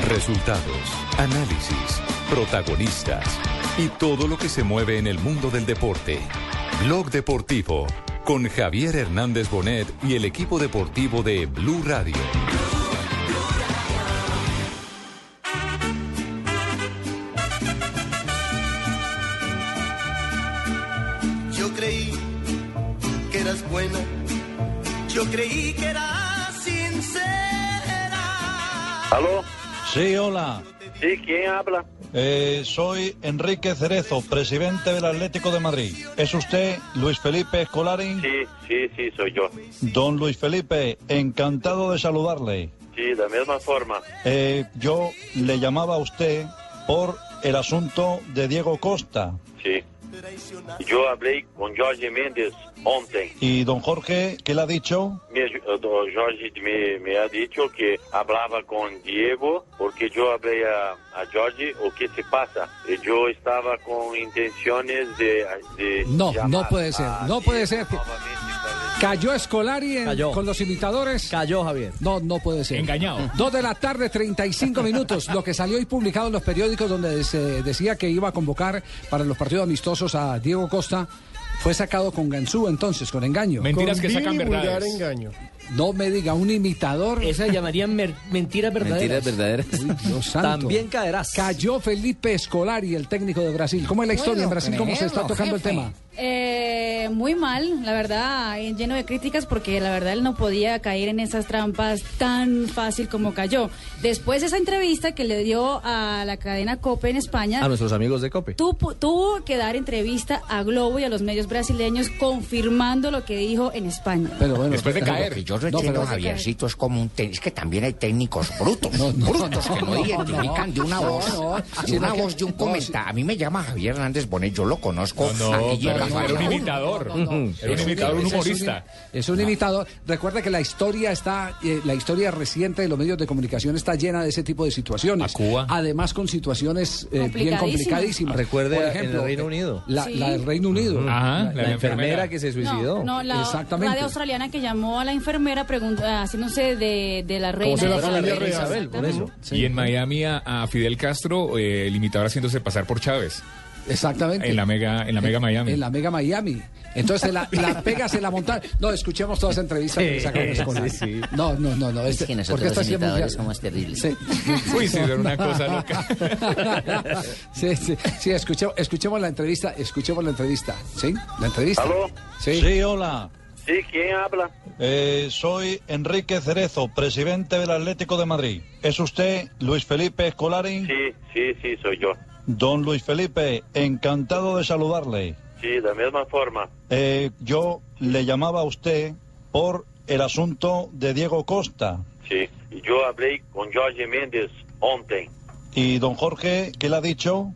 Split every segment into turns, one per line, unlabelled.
Resultados, análisis, protagonistas y todo lo que se mueve en el mundo del deporte. Blog Deportivo con Javier Hernández Bonet y el equipo deportivo de Blue Radio.
Yo creí que eras buena, yo creí que eras sincera.
¿Aló?
Sí, hola.
Sí, ¿quién habla?
Soy Enrique Cerezo, presidente del Atlético de Madrid. ¿Es usted Luis Felipe Scolari?
Sí, soy yo.
Don Luis Felipe, encantado de saludarle.
Sí, de la misma forma.
Yo le llamaba a usted por el asunto de Diego Costa.
Sí. Yo hablé con Jorge Méndez ontem.
¿Y don Jorge qué le ha dicho?
Jorge me ha dicho que hablaba con Diego porque yo hablé a Jorge o qué se pasa. Yo estaba con intenciones de
No puede ser, no puede ser. ¿Cayó Scolari con los imitadores?
Cayó, Javier.
No puede ser.
Engañado.
2 de la tarde, 35 minutos. Lo que salió y publicado en los periódicos donde se decía que iba a convocar para los partidos amistosos a Diego Costa fue sacado con ganzú, entonces, con engaño.
Mentiras que sacan verdades.
Engaño.
No me diga, un imitador.
Esa llamarían mentiras verdaderas.
Mentiras verdaderas.
Uy, Dios santo.
También caerás.
Cayó Felipe Scolari, el técnico de Brasil. ¿Cómo es la historia en Brasil? ¿Cómo se está tocando el tema?
Muy mal, la verdad, lleno de críticas porque la verdad él no podía caer en esas trampas tan fácil como cayó. Después de esa entrevista que le dio a la cadena COPE en España,
A nuestros amigos de COPE.
tuvo que dar entrevista a Globo y a los medios brasileños confirmando lo que dijo en España.
Pero bueno,
Después de caer.
Lo que yo requiero, Javiercito, es como un es que también hay técnicos brutos, brutos que no identifican de una voz, de una voz, de un comentario. A mí me llama Javier Hernández Bonet, yo lo conozco. Aquí en la
era un imitador. Era un imitador, un humorista.
Es un imitador. Recuerda que la historia reciente de los medios de comunicación está llena de ese tipo de situaciones.
A Cuba.
Además con situaciones bien complicadísimas.
Recuerde,
por ejemplo,
en el Reino Unido.
La del Reino Unido.
Ajá,
La enfermera que se suicidó.
La
Exactamente.
radio australiana que llamó a la enfermera haciéndose de la reina.
¿Cómo se llama la
Isabel.
reina Isabel? Por eso.
Y en Miami a Fidel Castro, el imitador haciéndose pasar por Chávez.
Exactamente.
En la Mega Miami.
En la Mega Miami. Entonces la pega se la montaron. No, escuchemos toda esa entrevista que le sacaron a Scolari.
Sí.
No.
Es que nosotros
porque
los
esta
imitadores
sí
somos terribles.
Sí.
Uy, sí, era una cosa loca.
Sí, escuchemos la entrevista. ¿Sí? ¿La entrevista?
¿Aló?
Sí, hola.
Sí, ¿quién habla?
Soy Enrique Cerezo, presidente del Atlético de Madrid. ¿Es usted Luis Felipe Scolari?
Sí, soy yo.
Don Luis Felipe, encantado de saludarle.
Sí, de la misma forma.
Yo le llamaba a usted por el asunto de Diego Costa.
Sí, y yo hablé con Jorge Méndez ontem.
¿Y don Jorge qué le ha dicho?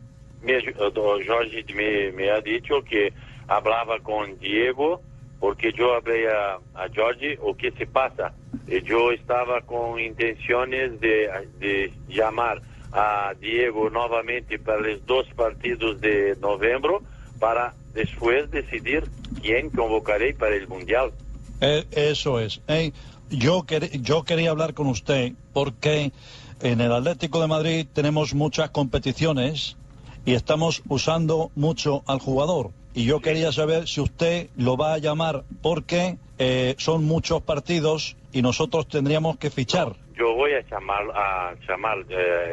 Jorge me ha dicho que hablaba con Diego porque yo hablé a Jorge o qué se pasa. Yo estaba con intenciones de llamar a Diego nuevamente para los 2 partidos de noviembre para después decidir quién convocaré para el Mundial.
Eso es. Yo quería hablar con usted porque en el Atlético de Madrid tenemos muchas competiciones y estamos usando mucho al jugador. Y yo quería saber si usted lo va a llamar porque son muchos partidos y nosotros tendríamos que fichar.
Yo voy a llamar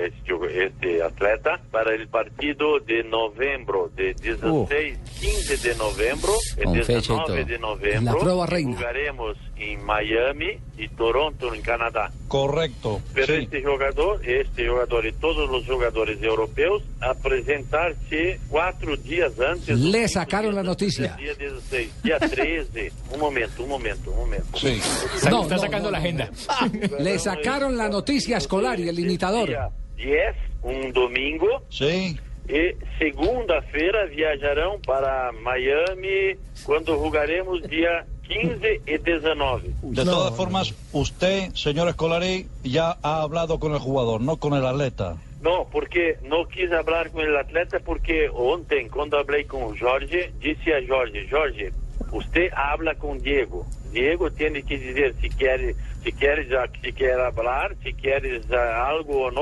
este atleta para el partido de noviembre, de 16, 15 de noviembre,
Con fecha y
19
todo.
de noviembre.
La prueba reina.
Jugaremos en Miami y Toronto, en Canadá.
Correcto.
Pero
Sí.
este jugador y todos los jugadores europeos a presentarse 4 días antes.
Le
o 5
sacaron
días
la
antes
noticia.
del Día 16, día 13. Un momento.
Sí.
Está sacando la agenda.
Le sacaron la noticia a Scolari, el imitador.
Día 10, un domingo.
Sí.
E segunda-feira viajarão para Miami quando jogaremos dia 15 e 19.
De todas formas, usted, señor Scolari, ya ha hablado con el jugador, no con el atleta.
No, porque no quis hablar com o atleta porque ontem, quando falei com o Jorge, disse a Jorge, usted habla com Diego. Diego tem que dizer se quer falar, se queres algo ou não,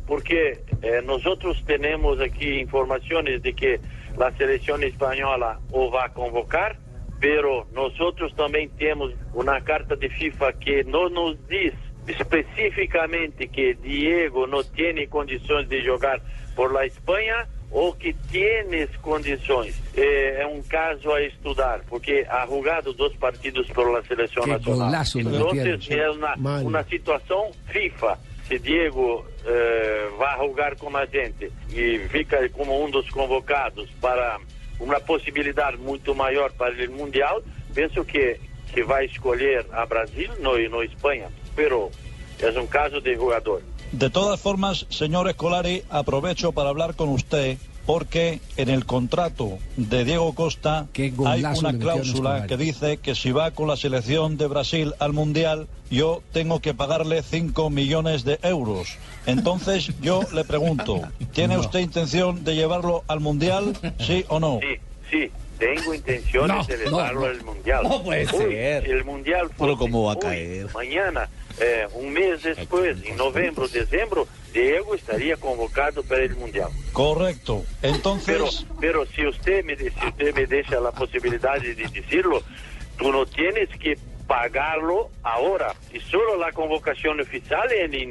porque nosotros tenemos aquí informaciones de que la selección española o va a convocar, pero nosotros también tenemos una carta de FIFA que no nos dice específicamente que Diego no tiene condiciones de jugar por la España o que tienes condiciones. Es un caso a estudiar, porque ha jugado 2 partidos por la selección nacional. Entonces es una situación FIFA. Si Diego va a jugar con la gente y fica como uno de los convocados para una posibilidad mucho mayor para el Mundial, pienso que va a escoger a Brasil, no España, pero es un caso de jugador.
De todas formas, señor Scolari, aprovecho para hablar con usted porque en el contrato de Diego Costa hay una cláusula que dice que si va con la selección de Brasil al Mundial, yo tengo que pagarle 5 millones de euros. Entonces yo le pregunto, ¿tiene usted intención de llevarlo al Mundial, sí o no?
Sí, tengo intenciones de llevarlo al Mundial.
No puede ser.
Si el Mundial
Pero ¿cómo va a caer?
Mañana, un mes después, en noviembre, diciembre, Diego estaría convocado para el Mundial.
Correcto. Entonces...
Pero si usted me deja la posibilidad de decirlo, tú no tienes que pagarlo ahora. Y solo la convocación oficial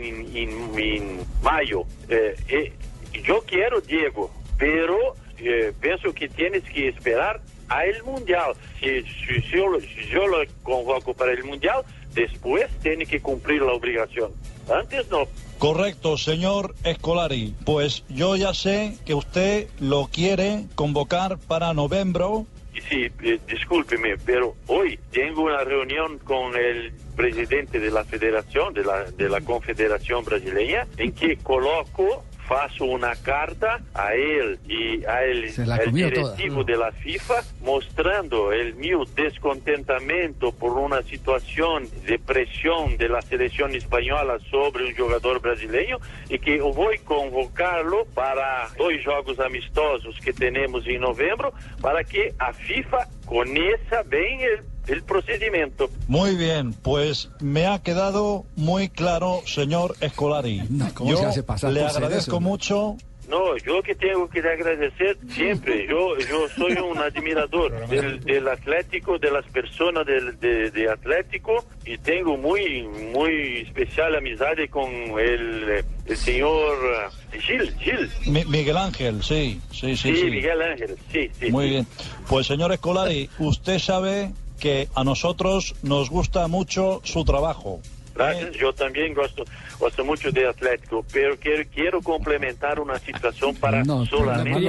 en mayo. Yo quiero Diego, pero pienso que tienes que esperar al Mundial. Si yo lo convoco para el Mundial, después tiene que cumplir la obligación. Antes no.
Correcto, señor Scolari. Pues yo ya sé que usted lo quiere convocar para noviembre.
Sí, discúlpeme, pero hoy tengo una reunión con el presidente de la federación, de la Confederación Brasileña, en que faço una carta a él y al directivo de la FIFA mostrando el mío descontentamiento por una situación de presión de la selección española sobre un jugador brasileño y que voy a convocarlo para 2 juegos amistosos que tenemos en noviembre para que a FIFA conozca bien el procedimiento.
Muy bien, pues me ha quedado muy claro, señor Scolari.
¿Cómo se hace pasar
le
por ser
agradezco
eso?
mucho.
No, yo que tengo que agradecer siempre. Yo soy un admirador del Atlético, de las personas de Atlético, y tengo muy especial amistad con el señor Gil.
Miguel Ángel, sí.
Miguel Ángel, sí.
Muy bien. Pues señor Scolari, usted sabe que a nosotros nos gusta mucho su trabajo.
Gracias, yo también gosto mucho de Atlético, pero quiero complementar una situación para solamente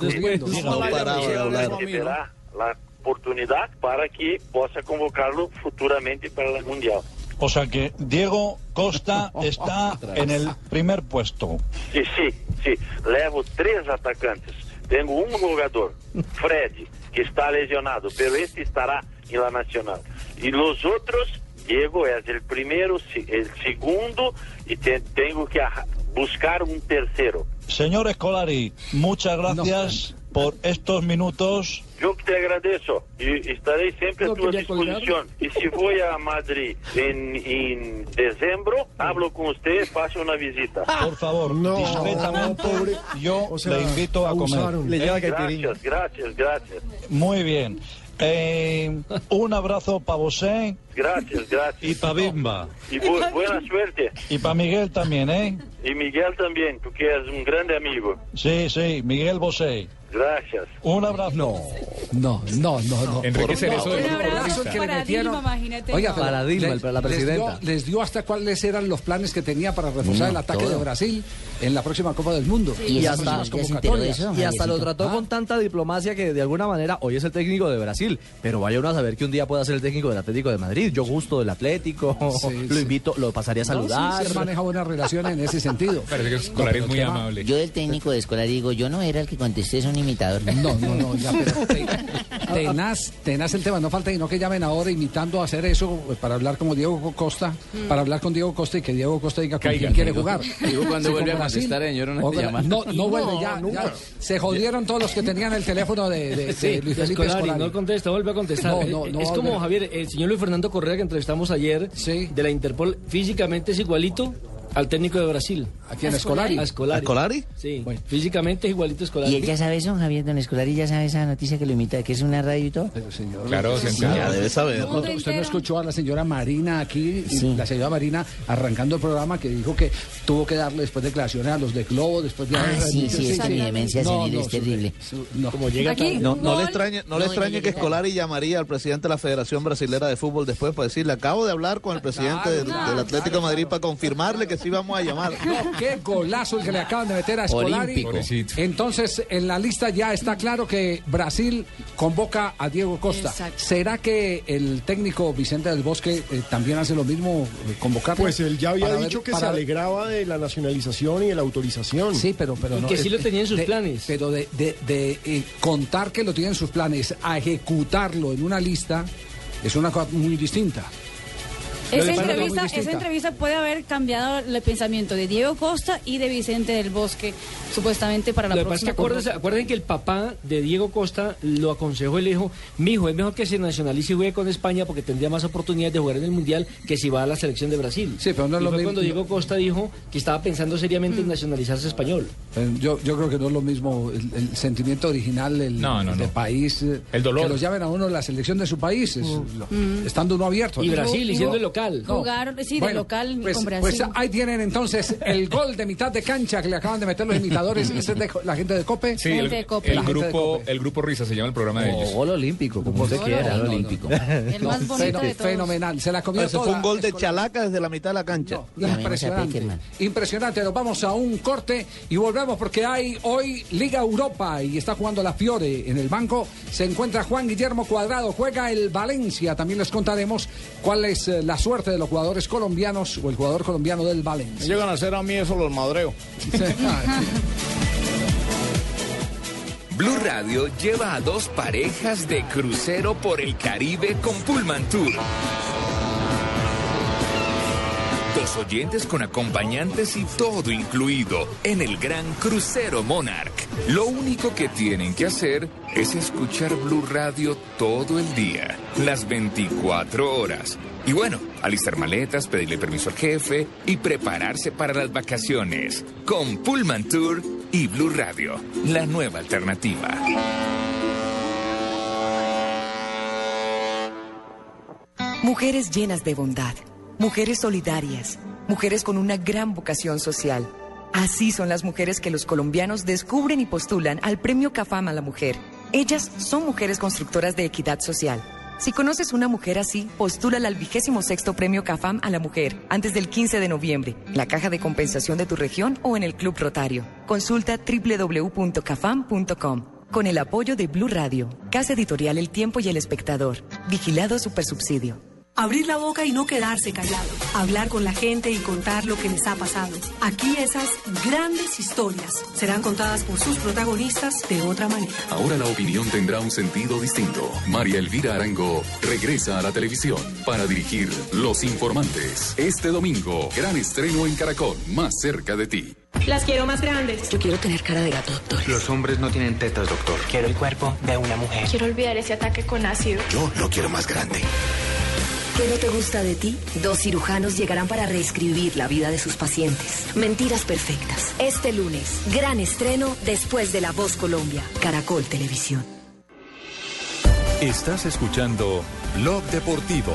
la oportunidad para que pueda convocarlo futuramente para el Mundial.
O sea que Diego Costa está en el primer puesto.
Sí. Levo 3 atacantes. Tengo un jugador, Freddy, que está lesionado, pero este estará en la Nacional. Y los otros, Diego es el primero, el segundo, y tengo que buscar un tercero.
Señor Scolari, muchas gracias por estos minutos.
Yo te agradezco y estaré siempre a tu disposición. Y si voy a Madrid en diciembre, hablo con usted, paso una visita.
Por favor, discretamente, yo le invito a comer.
Le lleva gracias.
Muy bien. Un abrazo para usted.
Gracias.
Y para Bimba.
Y buena suerte.
Y para Miguel también, ¿eh?
Y Miguel también, tú que eres un grande amigo.
Sí, Miguel Bosé.
Gracias.
Un abrazo.
No.
Enrique Cerezo
Un abrazo para Dilma, imagínate.
Oiga,
para Dilma, la presidenta.
Les dio hasta cuáles eran los planes que tenía para reforzar el ataque de Brasil en la próxima Copa del Mundo.
Y hasta lo trató con tanta diplomacia que de alguna manera hoy es el técnico de Brasil, pero vaya uno a saber que un día pueda ser el técnico del Atlético de Madrid. Yo gusto del Atlético, lo invito, lo pasaría a saludar.
Él maneja buenas relaciones en ese sentido.
Parece que Scolari es muy amable.
Yo del técnico de Scolari digo, yo no era el que contesté, es un imitador.
No, ya, pero tenaz el tema, no falta sino que llamen ahora imitando a hacer eso para hablar como Diego Costa, para hablar con Diego Costa y que Diego Costa diga con quién quiere jugar.
Digo, cuando vuelve a contestar, señor, no
vuelve, ya se jodieron todos los que tenían el teléfono de Luis Felipe Scolari.
No contesta, vuelve a contestar. Es como, Javier, el señor Luis Fernando Correa que entrevistamos ayer de la Interpol, físicamente es igualito Al técnico de Brasil.
¿A quién? ¿A Scolari?
¿A Scolari? Sí. Bueno. Físicamente es igualito a Scolari.
¿Y él ya sabe eso, Javier, don Scolari? ¿Ya sabe esa noticia que lo imita, que es una radio y todo?
Pero señor...
Claro,
sí,
ya
debe saber. ¿Usted no escuchó a la señora Marina aquí? Sí. La señora Marina arrancando el programa que dijo que tuvo que darle después declaraciones a los de Globo, después de...
sí, es que mi demencia senil es terrible.
Como llega
aquí, no le extrañe que Scolari llamaría al presidente de la Federación Brasilera de Fútbol después para decirle, acabo de hablar con el presidente del Atlético de Madrid para confirmarle que sí vamos a llamar.
No, qué golazo el que le acaban de meter a Scolari. Entonces, en la lista ya está claro que Brasil convoca a Diego Costa. Exacto. ¿Será que el técnico Vicente del Bosque también hace lo mismo, convocarlo?
Pues él ya había dicho que se alegraba de la nacionalización y de la autorización.
Sí, pero no,
que sí lo tenía en sus planes.
Pero de contar que lo tiene en sus planes a ejecutarlo en una lista es una cosa muy distinta.
Esa entrevista puede haber cambiado el pensamiento de Diego Costa y de Vicente del Bosque, supuestamente para la próxima.
Acuérdense que el papá de Diego Costa lo aconsejó y le dijo, mijo, es mejor que se nacionalice y juegue con España porque tendría más oportunidades de jugar en el Mundial que si va a la selección de Brasil.
Sí, pero no es lo mismo.
Cuando Diego Costa dijo que estaba pensando seriamente en nacionalizarse español.
Yo creo que no es lo mismo el sentimiento original, de país,
el dolor.
Que los llamen a uno la selección de su país, estando uno abierto.
Y Brasil, y siendo el local.
Jugar, sí, de local con Brasil.
Pues ahí tienen entonces el gol de mitad de cancha que le acaban de meter los imitadores. ¿Ese es de la gente de COPE?
Sí, el grupo Risa se llama el programa de ellos.
Gol olímpico, como usted quiera. Gol olímpico.
El más bonito de todos.
Fenomenal, se la comió toda.
Fue un gol de chalaca desde la mitad de la cancha.
Impresionante. Nos vamos a un corte y volvemos porque hay hoy Liga Europa y está jugando la Fiore. En el banco se encuentra Juan Guillermo Cuadrado, juega el Valencia. También les contaremos cuál es la suerte de los jugadores colombianos o el jugador colombiano del Valencia.
Llegan a hacer a mí eso los madreos.
Blue Radio lleva a 2 parejas de crucero por el Caribe con Pullman Tour. 2 oyentes con acompañantes y todo incluido en el Gran Crucero Monarch. Lo único que tienen que hacer es escuchar Blue Radio todo el día, las 24 horas. Y bueno, alistar maletas, pedirle permiso al jefe y prepararse para las vacaciones. Con Pullman Tour y Blue Radio, la nueva alternativa.
Mujeres llenas de bondad, mujeres solidarias, mujeres con una gran vocación social. Así son las mujeres que los colombianos descubren y postulan al Premio CAFAM a la Mujer. Ellas son mujeres constructoras de equidad social. Si conoces una mujer así, postúlala al 26º Premio CAFAM a la Mujer antes del 15 de noviembre, en la caja de compensación de tu región o en el Club Rotario. Consulta www.cafam.com. Con el apoyo de Blue Radio, Casa Editorial El Tiempo y El Espectador. Vigilado Supersubsidio.
Abrir la boca y no quedarse callado. Hablar con la gente y contar lo que les ha pasado. Aquí esas grandes historias serán contadas por sus protagonistas de otra manera.
Ahora la opinión tendrá un sentido distinto. María Elvira Arango regresa a la televisión para dirigir Los Informantes. Este domingo, gran estreno en Caracol, más cerca de ti.
Las quiero más grandes.
Yo quiero tener cara de gato, doctor.
Los hombres no tienen tetas, doctor. Quiero el cuerpo de una mujer.
Quiero olvidar ese ataque con ácido.
Yo lo quiero más grande.
¿Qué no te gusta de ti? 2 cirujanos llegarán para reescribir la vida de sus pacientes. Mentiras perfectas. Este lunes, gran estreno después de La Voz Colombia. Caracol Televisión.
Estás escuchando Blog Deportivo.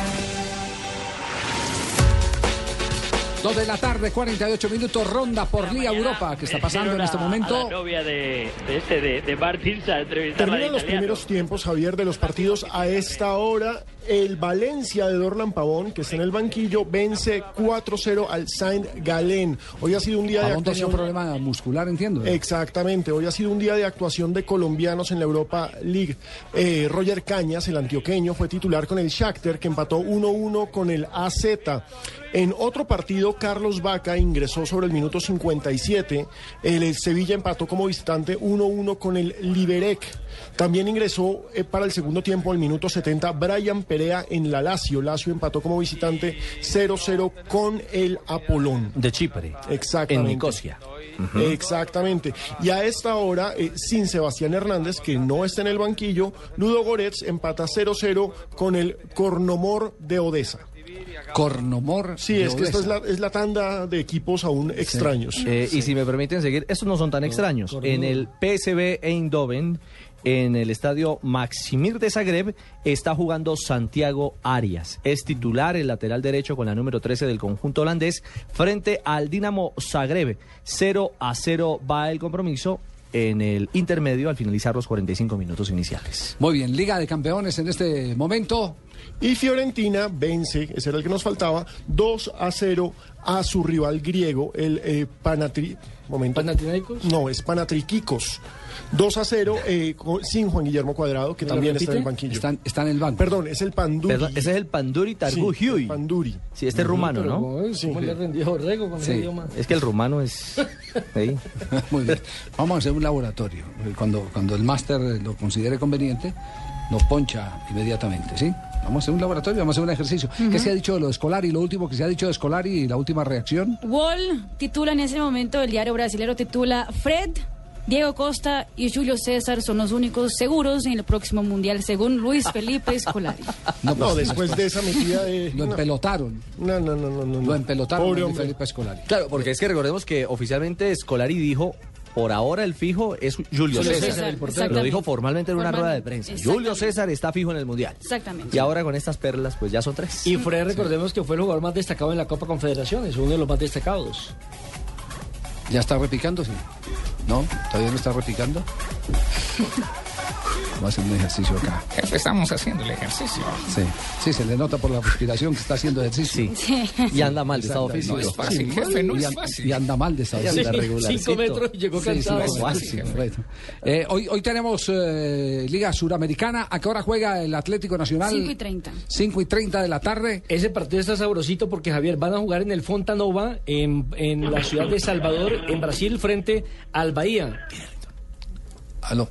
2 de la tarde, 48 minutos, ronda por Liga Europa, que está pasando en este momento.
La novia de Bart Pilsa,
terminan los primeros tiempos, Javier, de los partidos a esta hora. El Valencia de Dorlan Pavón, que está en el banquillo, vence 4-0 al Saint-Gallen. Hoy ha sido un día de actuación.
Tenía un problema muscular, entiendo.
Exactamente. Hoy ha sido un día de actuación de colombianos en la Europa League. Roger Cañas, el antioqueño, fue titular con el Shakhtar, que empató 1-1 con el AZ. En otro partido, Carlos Vaca ingresó sobre el minuto 57. El Sevilla empató como visitante 1-1 con el Liberec. También ingresó para el segundo tiempo al minuto 70 Brian Perea en la Lazio. Lazio empató como visitante 0-0 con el Apolón.
De Chipre.
Exactamente.
En Nicosia.
Exactamente. Y a esta hora, sin Sebastián Hernández, que no está en el banquillo, Ludo Goretz empata 0-0 con el Kornomor de Odessa.
Cornomor.
Sí, es que esta es la tanda de equipos aún extraños.
Y si me permiten seguir, estos no son tan extraños. En el PSV Eindhoven, en el estadio Maksimir de Zagreb, está jugando Santiago Arias. Es titular, el lateral derecho con la número 13 del conjunto holandés, frente al Dinamo Zagreb. 0-0 va el compromiso en el intermedio al finalizar los 45 minutos iniciales.
Muy bien, Liga de Campeones en este momento.
Y Fiorentina vence, ese era el que nos faltaba, 2-0 a su rival griego, el
¿Panathinaikos?
No, es Panathinaikos. 2-0 sin Juan Guillermo Cuadrado, que también está en el banquillo.
Está en el banco.
Perdón, es el Panduri.
Perdón, ese es el Panduri Targuhiui.
Sí, Panduri.
Sí, este es rumano, ¿no?
¿Cómo le rendió Borrego con ese idioma?
Es que el rumano es... ¿sí?
Muy bien. Vamos a hacer un laboratorio. Cuando el máster lo considere conveniente, nos poncha inmediatamente, ¿sí? Vamos a hacer un laboratorio, vamos a hacer un ejercicio. ¿Qué se ha dicho de lo de Scolari? Lo último que se ha dicho de Scolari y la última reacción.
Wall titula en ese momento, el diario brasilero titula: Fred, Diego Costa y Julio César son los únicos seguros en el próximo Mundial, según Luis Felipe Scolari.
No, después de esa metida de...
Lo empelotaron.
No.
Lo empelotaron
Pobre
a
hombre.
Felipe Scolari.
Claro, porque es que recordemos que oficialmente Scolari dijo... Por ahora el fijo es Julio César.
El portero.
Lo dijo formalmente en una rueda de prensa. Julio César está fijo en el Mundial.
Exactamente.
Y ahora con estas perlas, pues ya son 3.
Y Fred, recordemos que fue el jugador más destacado en la Copa Confederaciones, uno de los más destacados.
¿Ya está repicando? Sí. ¿No? ¿Todavía no está repicando? Vamos a hacer un ejercicio acá.
Jefe, estamos haciendo el ejercicio.
Sí, se le nota por la respiración que está haciendo ejercicio.
Sí. Y anda mal de estado físico.
No es fácil, jefe, no es fácil.
Y anda mal de estado físico.
5 metros y llegó cansado.
Hoy tenemos Liga Suramericana. ¿A qué hora juega el Atlético Nacional?
5:30.
5:30 de la tarde.
Ese partido está sabrosito porque, Javier, van a jugar en el Fontanova, en la ciudad de Salvador, en Brasil, frente al Bahía.
Aló.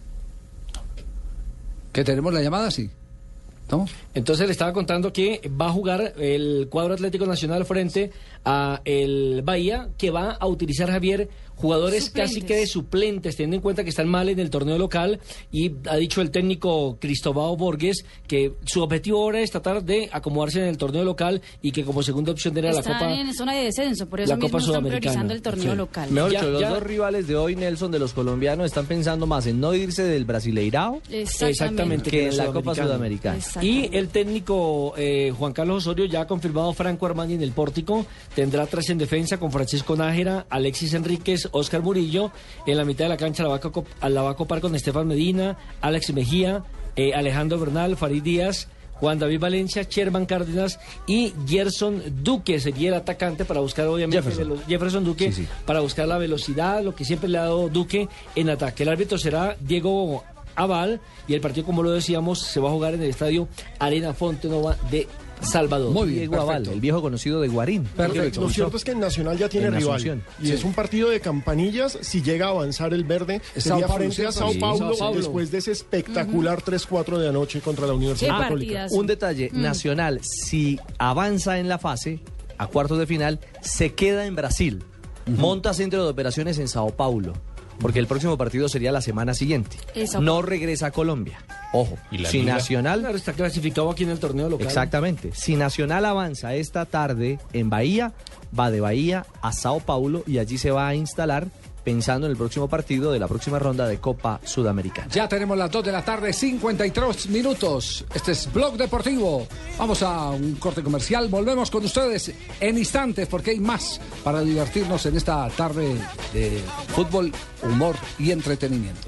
¿Que tenemos la llamada? Sí. ¿No?
Entonces le estaba contando que va a jugar el cuadro Atlético Nacional frente a el Bahía, que va a utilizar, Javier, jugadores
Suplentes.
casi que de suplentes, teniendo en cuenta que están mal en el torneo local, y ha dicho el técnico Cristóbal Borges que su objetivo ahora es tratar de acomodarse en el torneo local y que como segunda opción era la
Están
Copa.
en zona de descenso, por eso
la
mismo
Copa
están
Sudamericana.
priorizando el torneo local.
Mejor dicho, los dos rivales de hoy, Nelson, de los colombianos, están pensando más en no irse del Brasileirao
Exactamente,
que en la Copa Sudamericana.
Y el técnico Juan Carlos Osorio ya ha confirmado Franco Armani en el pórtico. Tendrá 3 en defensa con Francisco Nájera, Alexis Enríquez, Oscar Murillo. En la mitad de la cancha la va a copar con Estefan Medina, Alex Mejía, Alejandro Bernal, Farid Díaz, Juan David Valencia, Sherman Cárdenas y Gerson Duque sería el atacante para buscar, obviamente, Jefferson Duque,
Sí.
para buscar la velocidad, lo que siempre le ha dado Duque en ataque. El árbitro será Diego Aval y el partido, como lo decíamos, se va a jugar en el estadio Arena Fontenova de Salvador.
Muy bien, Diego Aval, el viejo conocido de Guarín.
Perfecto. Lo cierto es que el Nacional ya tiene
En
rival.
Asunción.
Y es un partido de campanillas. Si llega a avanzar el verde,
Es
sería
Sao Paulo,
frente a
¿cierto?
Sao
Sí,
Paulo,
Sao Paulo.
después de ese espectacular 3-4 de anoche contra la Universidad
Qué
Católica.
partidazo.
Un detalle, Nacional, si avanza en la fase a cuartos de final, se queda en Brasil. Monta centro de operaciones en Sao Paulo, porque el próximo partido sería la semana siguiente. No regresa a Colombia. Ojo,
¿Y la
si
Liga?
Nacional...
Claro, está clasificado aquí en el torneo local.
Exactamente. Si Nacional avanza esta tarde en Bahía, va de Bahía a Sao Paulo y allí se va a instalar pensando en el próximo partido de la próxima ronda de Copa Sudamericana.
Ya tenemos las 2 de la tarde, 53 minutos. Este es Blog Deportivo. Vamos a un corte comercial. Volvemos con ustedes en instantes porque hay más para divertirnos en esta tarde de fútbol, humor y entretenimiento.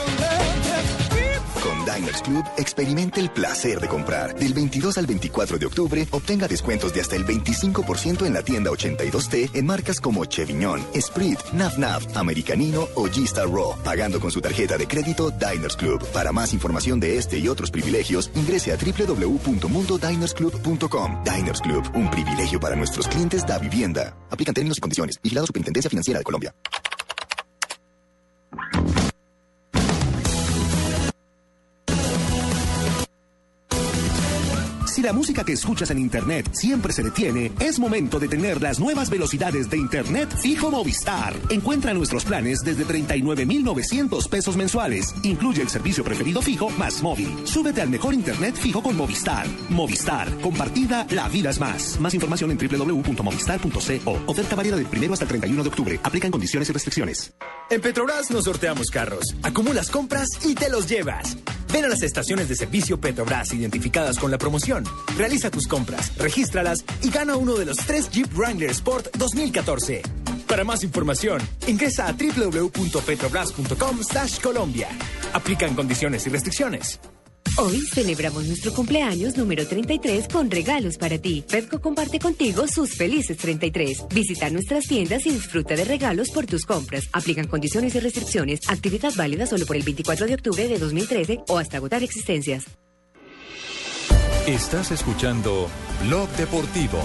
Con Diners Club, experimente el placer de comprar. Del 22 al 24 de octubre, obtenga descuentos de hasta el 25% en la tienda 82T en marcas como Chevignon, Esprit, Nav Nav, Americanino o G-Star Raw, pagando con su tarjeta de crédito Diners Club. Para más información de este y otros privilegios, ingrese a www.mundodinersclub.com. Diners Club, un privilegio para nuestros clientes da vivienda. Aplican términos y condiciones. Vigilado Superintendencia Financiera de Colombia.
la música que escuchas en Internet siempre se detiene, es momento de tener las nuevas velocidades de Internet fijo Movistar. Encuentra nuestros planes desde 39.900 pesos mensuales. Incluye el servicio preferido fijo más móvil. Súbete al mejor Internet fijo con Movistar. Movistar. Compartida, la vida es más. Más información en www.movistar.co. Oferta válida del 1 hasta el 31 de octubre. Aplican condiciones y restricciones.
En Petrobras nos sorteamos carros. Acumulas compras y te los llevas. Ven a las estaciones de servicio Petrobras identificadas con la promoción. Realiza tus compras, regístralas y gana uno de los 3 Jeep Wrangler Sport 2014. Para más información, ingresa a www.petrobras.com/Colombia. Aplican condiciones y restricciones.
Hoy celebramos nuestro cumpleaños número 33 con regalos para ti. Petco comparte contigo sus felices 33. Visita nuestras tiendas y disfruta de regalos por tus compras. Aplican condiciones y restricciones. Actividad válida solo por el 24 de octubre de 2013 o hasta agotar existencias.
Estás escuchando Blog Deportivo.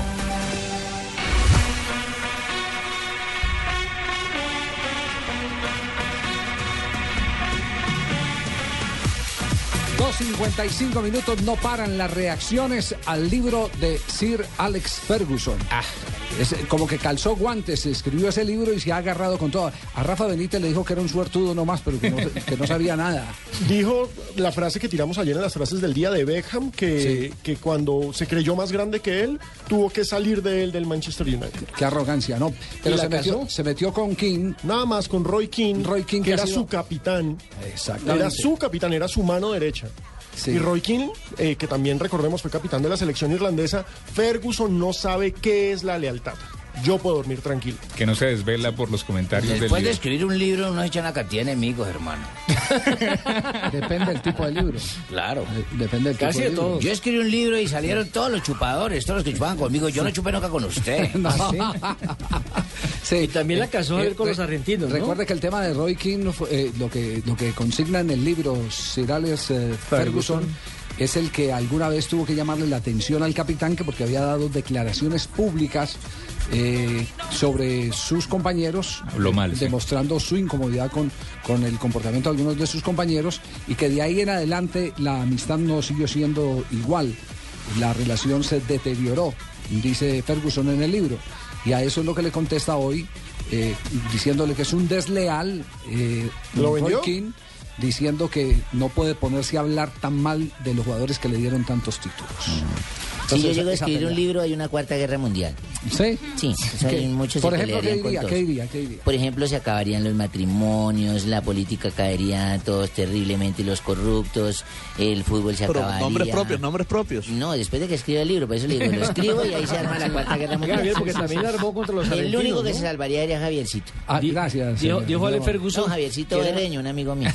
...55 no paran las reacciones al libro de Sir Alex Ferguson. Es como que calzó guantes, escribió ese libro y se ha agarrado con todo. A Rafa Benítez le dijo que era un suertudo nomás, pero que no sabía nada.
Dijo la frase que tiramos ayer en las frases del día de Beckham, que cuando se creyó más grande que él, tuvo que salir de él del Manchester United.
Qué arrogancia, ¿no? Pero se metió con Keane.
Nada más con Roy Keane, que era su capitán.
Exactamente.
Era su capitán, era su mano derecha. Sí. Y Roy Keane, que también recordemos fue capitán de la selección irlandesa. Ferguson no sabe qué es la lealtad. Yo puedo dormir tranquilo.
Que no se desvela por los comentarios del libro.
Después de escribir un libro uno echa una cantidad de enemigos, hermano.
Depende del tipo de libro.
Claro.
Depende del tipo de libro.
Yo escribí un libro y salieron todos los chupadores, todos los que chupaban conmigo. Yo no chupé nunca con usted.
No.
Sí, y también la casó a ver con los argentinos, ¿no?
Recuerde que el tema de Roy Keane, lo que consigna en el libro Sir Alex Ferguson es el que alguna vez tuvo que llamarle la atención al capitán, que porque había dado declaraciones públicas sobre sus compañeros, demostrando su incomodidad con el comportamiento de algunos de sus compañeros, y que de ahí en adelante la amistad no siguió siendo igual, la relación se deterioró, dice Ferguson en el libro, y a eso es lo que le contesta hoy, diciéndole que es un desleal, Roy Keane, diciendo que no puede ponerse a hablar tan mal de los jugadores que le dieron tantos títulos.
Si yo llego a escribir un libro, hay una cuarta guerra mundial.
¿Sí?
Sí, hay muchos.
Por ejemplo, ¿qué diría?
Por ejemplo, se acabarían los matrimonios, la política caería todos terriblemente, los corruptos, el fútbol se acabaría.
Nombres propios.
No, después de que escriba el libro, por eso le digo, lo escribo y ahí se arma la cuarta guerra mundial.
Javier, porque también armó contra los argentinos.
El único que se salvaría era Javiercito.
Gracias.
Dijo Ale Ferguson.
No, Javiercito Berreño, un amigo mío.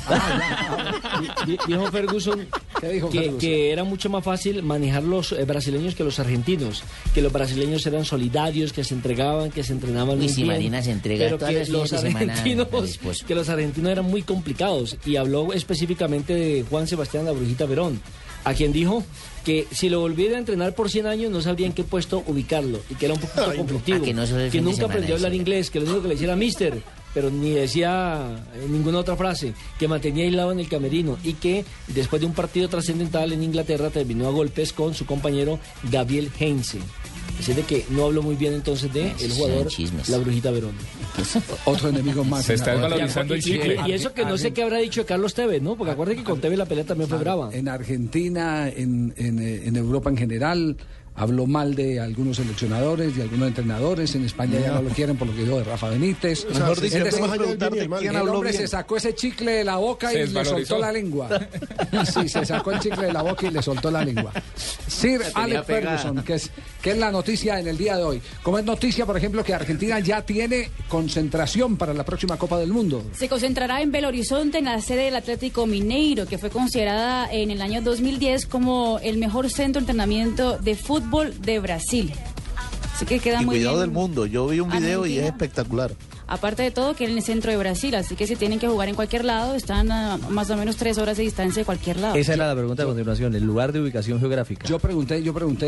Dijo Ferguson que era mucho más fácil manejar los brasileños que los argentinos, que los brasileños eran solidarios, que se entregaban, que se entrenaban muy bien.
Marina se entrega
pero
todas
que
las
los argentinos eran muy complicados, y habló específicamente de Juan Sebastián La Brujita Verón, a quien dijo que si lo volviera a entrenar por 100 años no sabría en qué puesto ubicarlo, y que era un poquito conflictivo, que nunca aprendió a hablar inglés, que lo único que le hiciera mister, pero ni decía ninguna otra frase, que mantenía aislado en el camerino, y que después de un partido trascendental en Inglaterra terminó a golpes con su compañero Gabriel Heinze. Es de que no habló muy bien entonces de el jugador La Brujita Verón.
Otro enemigo más.
Se está valorizando el chicle.
Y eso que no sé qué habrá dicho de Carlos Tevez, ¿no? Porque acuérdate que con Tevez la pelea también fue brava.
En Argentina, en Europa en general, habló mal de algunos seleccionadores, de algunos entrenadores. En España ya no lo quieren por lo que dijo de Rafa Benítez.
Mejor dicho,
el hombre se sacó ese chicle de la boca y le soltó la lengua. Sí, se sacó el chicle de la boca y le soltó la lengua. Sir Alex Ferguson, que es la noticia en el día de hoy. Como es noticia, por ejemplo, que Argentina ya tiene concentración para la próxima Copa del Mundo.
Se concentrará en Belo Horizonte, en la sede del Atlético Mineiro, que fue considerada en el año 2010 como el mejor centro de entrenamiento de fútbol de Brasil. Así que queda muy
cuidado
bien.
del mundo. Yo vi un video
Argentina.
y es espectacular.
Aparte de todo, que en el centro de Brasil, así que si tienen que jugar en cualquier lado, están a más o menos 3 horas de distancia de cualquier lado.
Esa era la pregunta a continuación, el lugar de ubicación geográfica.
Yo pregunté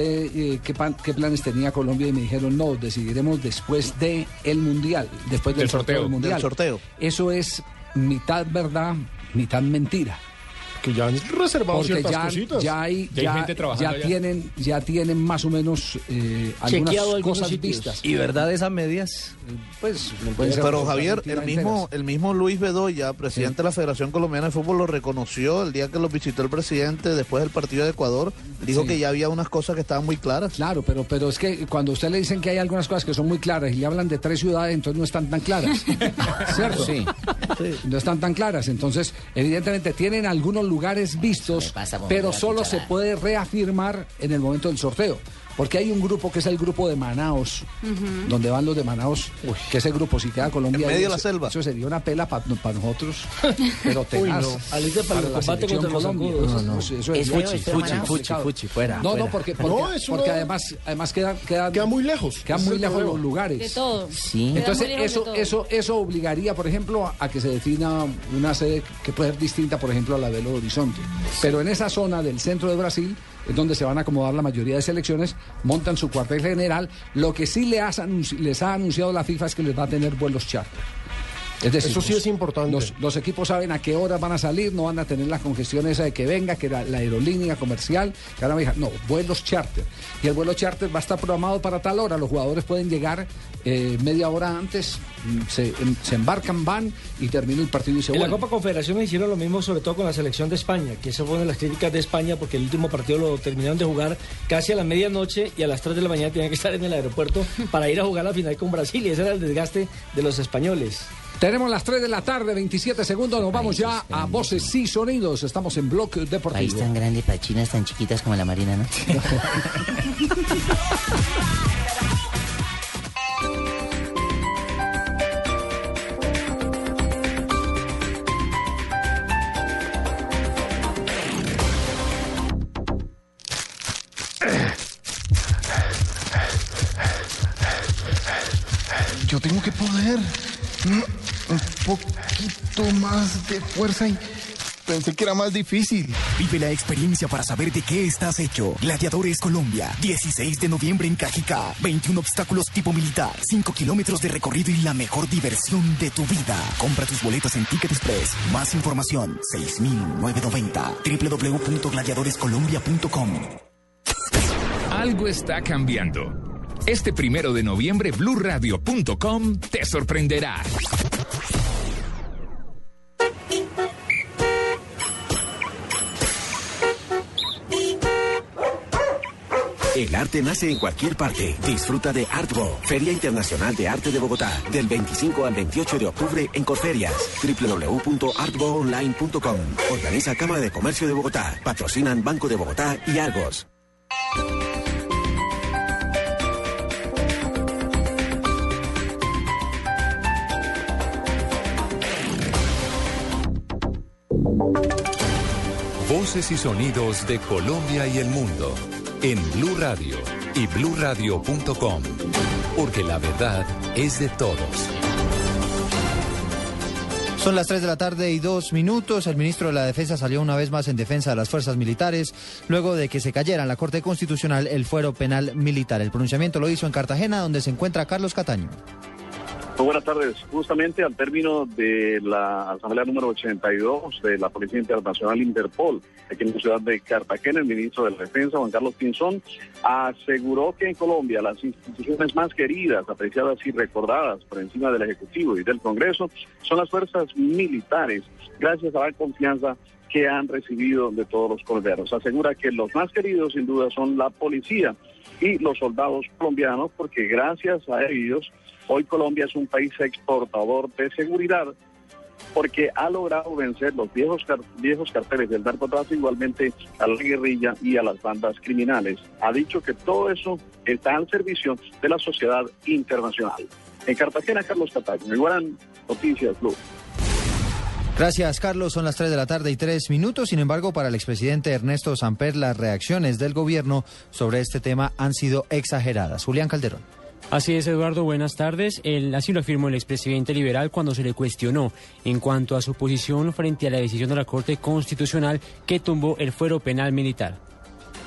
qué planes tenía Colombia y me dijeron, no, decidiremos después del Mundial, después del sorteo del Mundial.
Del sorteo.
Eso es mitad verdad, mitad mentira.
que ya han reservado
porque
ciertas cositas.
Ya tienen más o menos algunas cosas vistas.
¿Y verdad esas medias?
Pues
pero Javier, el mismo Luis Bedoya, presidente de la Federación Colombiana de Fútbol, lo reconoció el día que lo visitó el presidente después del partido de Ecuador. Dijo que ya había unas cosas que estaban muy claras.
Claro, pero es que cuando usted le dicen que hay algunas cosas que son muy claras y le hablan de 3 ciudades, entonces no están tan claras. ¿Cierto? Sí. No están tan claras. Entonces, evidentemente tienen algunos lugares vistos, pero solo se puede reafirmar en el momento del sorteo. Porque hay un grupo que es el grupo de Manaos, donde van los de Manaos, que ese grupo, si queda Colombia...
En medio de la selva.
Eso sería una pela para nosotros, pero tenaz.
Uy, no. Alita para el combate contra los zancudos.
No.
Eso
es fuchi, fuera.
No, porque además quedan
muy lejos.
Quedan muy lejos los lugares.
De todo.
Sí.
Entonces, eso obligaría, por ejemplo, a que se defina una sede que puede ser distinta, por ejemplo, a la de Belo Horizonte. Pero en esa zona del centro de Brasil es donde se van a acomodar la mayoría de selecciones, montan su cuartel general. Lo que sí les ha anunciado la FIFA es que les va a tener vuelos charter. Es decir,
eso sí es importante.
Los equipos saben a qué horas van a salir, no van a tener la congestión esa de que venga, que la aerolínea comercial, que ahora me diga, no, vuelos charter. Y el vuelo charter va a estar programado para tal hora. Los jugadores pueden llegar media hora antes, se embarcan, van y termina el partido y se vuelven.
En la Copa Confederaciones hicieron lo mismo, sobre todo con la selección de España, que esa fue una de las críticas de España, porque el último partido lo terminaron de jugar casi a la medianoche y a las 3 de la mañana tenían que estar en el aeropuerto para ir a jugar la final con Brasil, y ese era el desgaste de los españoles.
Tenemos las 3 de la tarde, 27 segundos, nos vamos ya a Voces y Sonidos. Estamos en Blog Deportivo.
País tan grande para chinas tan chiquitas como la Marina, ¿no?
Yo tengo que poder. Un poquito más de fuerza y pensé que era más difícil.
Vive la experiencia para saber de qué estás hecho. Gladiadores Colombia, 16 de noviembre en Cajicá. 21 obstáculos tipo militar, 5 kilómetros de recorrido y la mejor diversión de tu vida. Compra tus boletas en Ticket Express. Más información, 6.990. www.gladiadorescolombia.com.
Algo está cambiando. Este 1 de noviembre, BluRadio.com te sorprenderá.
El arte nace en cualquier parte. Disfruta de ArtBo, Feria Internacional de Arte de Bogotá, del 25 al 28 de octubre en Corferias. www.artboonline.com. Organiza Cámara de Comercio de Bogotá. Patrocinan Banco de Bogotá y Argos.
Voces y sonidos de Colombia y el mundo en Blue Radio y bluradio.com, porque la verdad es de todos.
Son las 3 de la tarde y 2 minutos. El ministro de la Defensa salió una vez más en defensa de las fuerzas militares luego de que se cayera en la Corte Constitucional el fuero penal militar. El pronunciamiento lo hizo en Cartagena, donde se encuentra Carlos Cataño.
Muy buenas tardes. Justamente al término de la asamblea número 82 de la Policía Internacional Interpol, aquí en la ciudad de Cartagena, el ministro de la Defensa, Juan Carlos Pinzón, aseguró que en Colombia las instituciones más queridas, apreciadas y recordadas por encima del Ejecutivo y del Congreso son las fuerzas militares, gracias a la confianza que han recibido de todos los colombianos. Asegura que los más queridos sin duda son la policía y los soldados colombianos, porque gracias a ellos hoy Colombia es un país exportador de seguridad, porque ha logrado vencer los viejos carteles del narcotráfico, igualmente a la guerrilla y a las bandas criminales. Ha dicho que todo eso está al servicio de la sociedad internacional. En Cartagena, Carlos Cataño. Muy buenas noticias, Blue.
Gracias, Carlos. Son las 3 de la tarde y 3 minutos. Sin embargo, para el expresidente Ernesto Samper, las reacciones del gobierno sobre este tema han sido exageradas. Julián Calderón.
Así es, Eduardo, buenas tardes. Así lo afirmó el expresidente liberal cuando se le cuestionó en cuanto a su posición frente a la decisión de la Corte Constitucional que tumbó el fuero penal militar.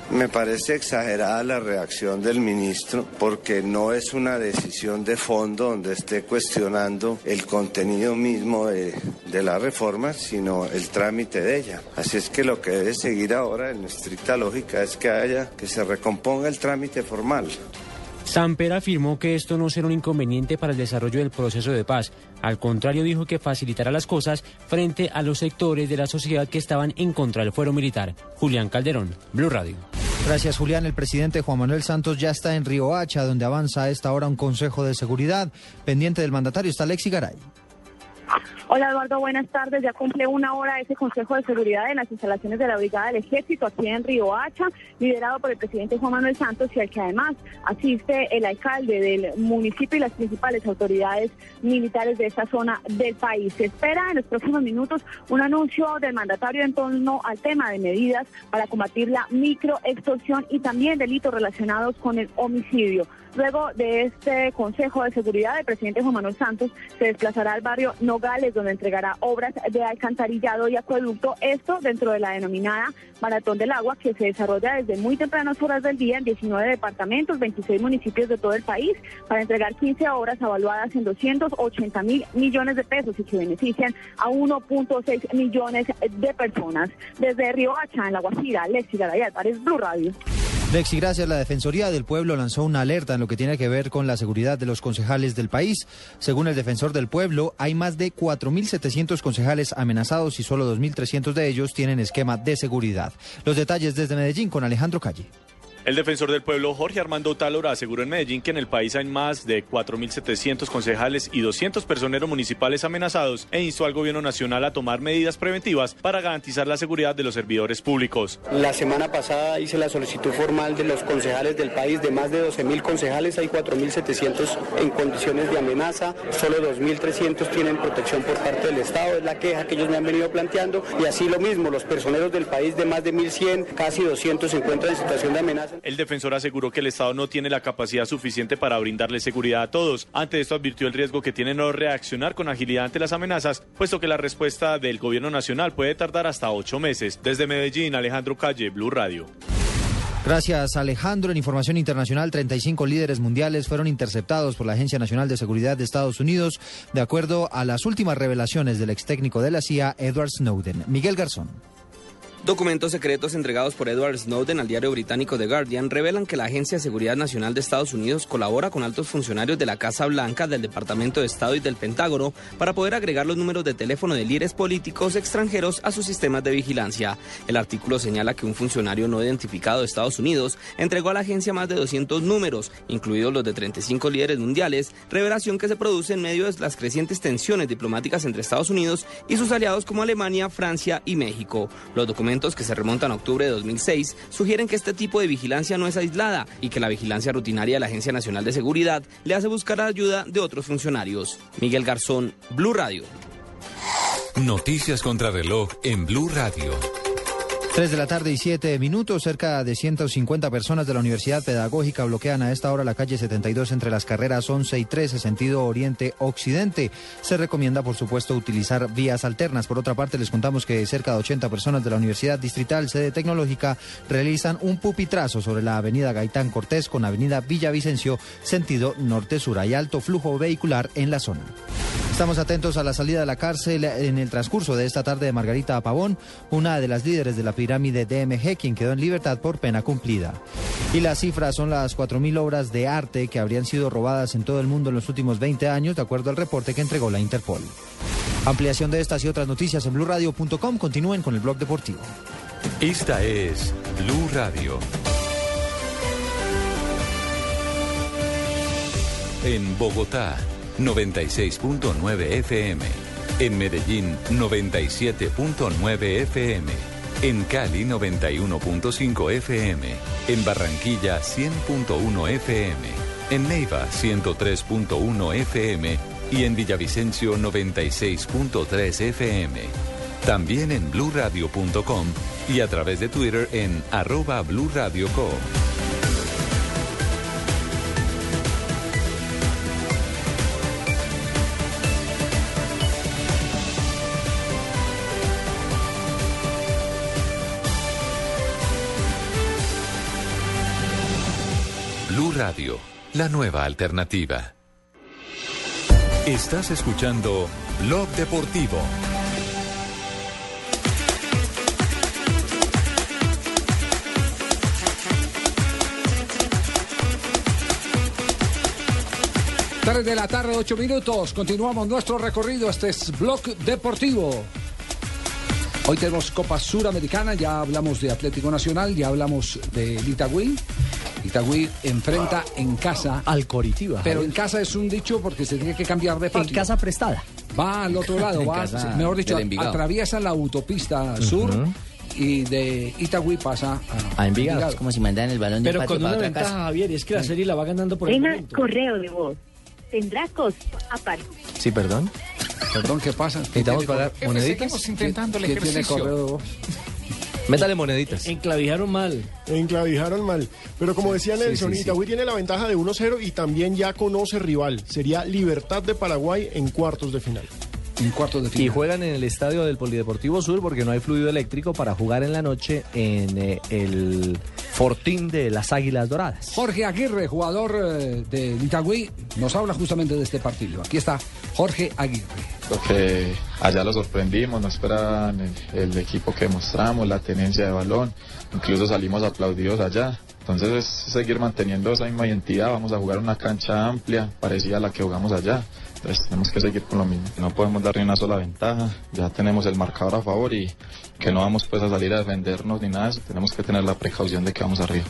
Me parece exagerada la reacción del ministro porque no es una decisión de fondo donde esté cuestionando el contenido mismo de la reforma, sino el trámite de ella. Así es que lo que debe seguir ahora en estricta lógica es que se recomponga el trámite formal.
Samper afirmó que esto no será un inconveniente para el desarrollo del proceso de paz. Al contrario, dijo que facilitará las cosas frente a los sectores de la sociedad que estaban en contra del fuero militar. Julián Calderón, Blue Radio.
Gracias, Julián. El presidente Juan Manuel Santos ya está en Riohacha, donde avanza a esta hora un consejo de seguridad. Pendiente del mandatario está Alexi Garay.
Hola Eduardo, buenas tardes. Ya cumple una hora ese Consejo de Seguridad en las instalaciones de la Brigada del Ejército aquí en Riohacha, liderado por el presidente Juan Manuel Santos y al que además asiste el alcalde del municipio y las principales autoridades militares de esta zona del país. Se espera en los próximos minutos un anuncio del mandatario en torno al tema de medidas para combatir la microextorsión y también delitos relacionados con el homicidio. Luego de este Consejo de Seguridad, el presidente Juan Manuel Santos se desplazará al barrio Nogales, donde entregará obras de alcantarillado y acueducto, esto dentro de la denominada Maratón del Agua, que se desarrolla desde muy tempranas horas del día en 19 departamentos, 26 municipios de todo el país, para entregar 15 obras evaluadas en 280.000 millones de pesos y que benefician a 1.6 millones de personas. Desde Riohacha, en La Guajira, Alexi Garay Álvarez, Blue Radio.
Lexi, gracias. La Defensoría del Pueblo lanzó una alerta en lo que tiene que ver con la seguridad de los concejales del país. Según el Defensor del Pueblo, hay más de 4.700 concejales amenazados y solo 2.300 de ellos tienen esquema de seguridad. Los detalles desde Medellín con Alejandro Calle.
El defensor del pueblo, Jorge Armando Tálora, aseguró en Medellín que en el país hay más de 4.700 concejales y 200 personeros municipales amenazados e instó al gobierno nacional a tomar medidas preventivas para garantizar la seguridad de los servidores públicos.
La semana pasada hice la solicitud formal de los concejales del país. De más de 12.000 concejales hay 4.700 en condiciones de amenaza, solo 2.300 tienen protección por parte del Estado, es la queja que ellos me han venido planteando, y así lo mismo, los personeros del país de más de 1.100, casi 200 se encuentran en situación de amenaza.
El defensor aseguró que el Estado no tiene la capacidad suficiente para brindarle seguridad a todos. Ante esto advirtió el riesgo que tiene no reaccionar con agilidad ante las amenazas, puesto que la respuesta del gobierno nacional puede tardar hasta 8 meses. Desde Medellín, Alejandro Calle, Blue Radio.
Gracias, Alejandro. En información internacional, 35 líderes mundiales fueron interceptados por la Agencia Nacional de Seguridad de Estados Unidos, de acuerdo a las últimas revelaciones del ex técnico de la CIA, Edward Snowden. Miguel Garzón.
Documentos secretos entregados por Edward Snowden al diario británico The Guardian revelan que la Agencia de Seguridad Nacional de Estados Unidos colabora con altos funcionarios de la Casa Blanca, del Departamento de Estado y del Pentágono para poder agregar los números de teléfono de líderes políticos extranjeros a sus sistemas de vigilancia. El artículo señala que un funcionario no identificado de Estados Unidos entregó a la agencia más de 200 números, incluidos los de 35 líderes mundiales, revelación que se produce en medio de las crecientes tensiones diplomáticas entre Estados Unidos y sus aliados como Alemania, Francia y México. Los documentos, que se remontan a octubre de 2006, sugieren que este tipo de vigilancia no es aislada y que la vigilancia rutinaria de la Agencia Nacional de Seguridad le hace buscar la ayuda de otros funcionarios. Miguel Garzón, Blue Radio.
Noticias contra reloj en Blue Radio.
3:07 p.m, cerca de 150 personas de la Universidad Pedagógica bloquean a esta hora la calle 72 entre las carreras 11 y 13, sentido oriente-occidente. Se recomienda, por supuesto, utilizar vías alternas. Por otra parte, les contamos que cerca de 80 personas de la Universidad Distrital, sede tecnológica, realizan un pupitrazo sobre la avenida Gaitán Cortés con avenida Villavicencio, sentido norte-sur. Hay alto flujo vehicular en la zona. Estamos atentos a la salida de la cárcel en el transcurso de esta tarde de Margarita Pavón, una de las líderes de la pirámide DMG, quien quedó en libertad por pena cumplida. Y las cifras son las 4.000 obras de arte que habrían sido robadas en todo el mundo en los últimos 20 años, de acuerdo al reporte que entregó la Interpol. Ampliación de estas y otras noticias en BluRadio.com. Continúen con el blog deportivo.
Esta es Blue Radio. En Bogotá, 96.9 FM. En Medellín, 97.9 FM. En Cali, 91.5 FM. En Barranquilla, 100.1 FM. En Neiva, 103.1 FM. Y en Villavicencio, 96.3 FM. También en BluRadio.com y a través de Twitter en @BluRadioCo. Radio, la nueva alternativa. Estás escuchando Blog Deportivo.
Tarde de la tarde, 8 minutos. Continuamos nuestro recorrido. Este es Blog Deportivo. Hoy tenemos Copa Suramericana. Ya hablamos de Atlético Nacional. Ya hablamos de Itagüí. Itagüí enfrenta en casa
al Coritiba.
Pero en casa es un dicho porque se tiene que cambiar de patio.
En casa prestada.
Va al otro lado. Va, mejor dicho, atraviesa la autopista sur. Y de Itagüí pasa a Envigado.
Es como si mandaran el balón de
patio
para otra casa.
Pero con una ventaja, Javier, y es que la serie la va ganando por el momento.
Correo de voz. Tendrá costo aparte.
Sí, perdón.
Perdón, ¿qué pasa?
¿Necesitamos pagar moneditas?
Seguimos intentando el
¿Quién tiene
ejercicio.
correo de voz?
Métale moneditas.
Enclavijaron mal. Pero como decía Nelson, Itagüí tiene la ventaja de 1-0 y también ya conoce rival. Sería Libertad de Paraguay en cuartos de final.
Y juegan en el estadio del Polideportivo Sur porque no hay fluido eléctrico para jugar en la noche en el Fortín de las Águilas Doradas.
Jorge Aguirre, jugador de Itagüí, nos habla justamente de este partido. Aquí está Jorge Aguirre.
Lo que allá lo sorprendimos, no esperaban el equipo que mostramos, la tenencia de balón, incluso salimos aplaudidos allá. Entonces es seguir manteniendo esa misma identidad, vamos a jugar una cancha amplia, parecida a la que jugamos allá. Entonces tenemos que seguir con lo mismo. No podemos dar ni una sola ventaja, ya tenemos el marcador a favor y que no vamos pues a salir a defendernos ni nada de eso. Tenemos que tener la precaución de que vamos arriba.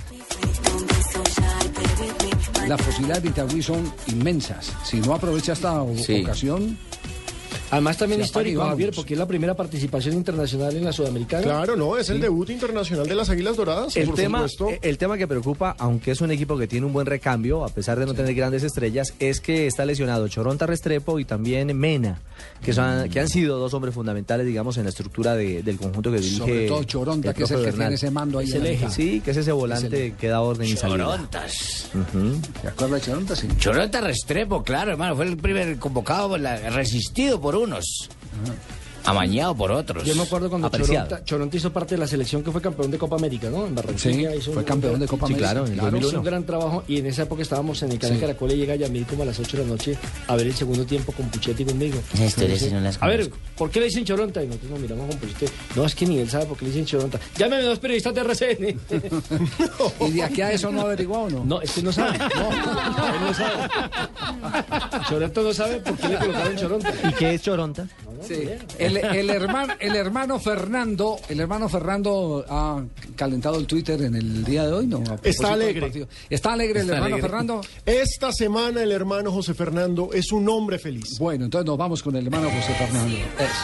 Las posibilidades de Itagüí son inmensas. Si no aprovecha esta ocasión...
Además también histórico, Javier, porque es la primera participación internacional en la Sudamericana.
Claro, no, es el debut internacional de las Águilas Doradas.
El tema que preocupa, aunque es un equipo que tiene un buen recambio, a pesar de no tener grandes estrellas, es que está lesionado Choronta Restrepo y también Mena, que han sido dos hombres fundamentales, digamos, en la estructura del conjunto que dirige.
Sobre todo Choronta, que es el que tiene ese mando ahí.
Es el eje. Sí, que es ese volante que da orden y salida.
Chorontas.
¿Te acuerdas de Choronta? Sí.
Choronta Restrepo, claro, hermano, fue el primer convocado, resistido por unos. Amañado por otros.
Yo me acuerdo cuando Choronta hizo parte de la selección que fue campeón de Copa América, ¿no? En Barranquilla.
Fue campeón de Copa América.
Claro, en el 2001.
Hizo un gran trabajo y en esa época estábamos en el canal Caracol y llega Yamil como a las 8 de la noche a ver el segundo tiempo con Puchetti conmigo. A ver, ¿por qué le dicen Choronta? Y nosotros nos miramos con Puchetti. No, es que ni él sabe por qué le dicen Choronta. Llámeme dos periodistas de RCN.
¿Y de aquí a eso no averiguado o no?
No, es que no sabe. Él no sabe. Choronta no sabe por qué le colocaron Choronta.
¿Y qué es Choronta?
Sí. El hermano Fernando ha calentado el Twitter en el día de hoy, ¿no?
Está alegre.
¿Está alegre el hermano Fernando?
Esta semana el hermano José Fernando es un hombre feliz.
Bueno, entonces nos vamos con el hermano José Fernando.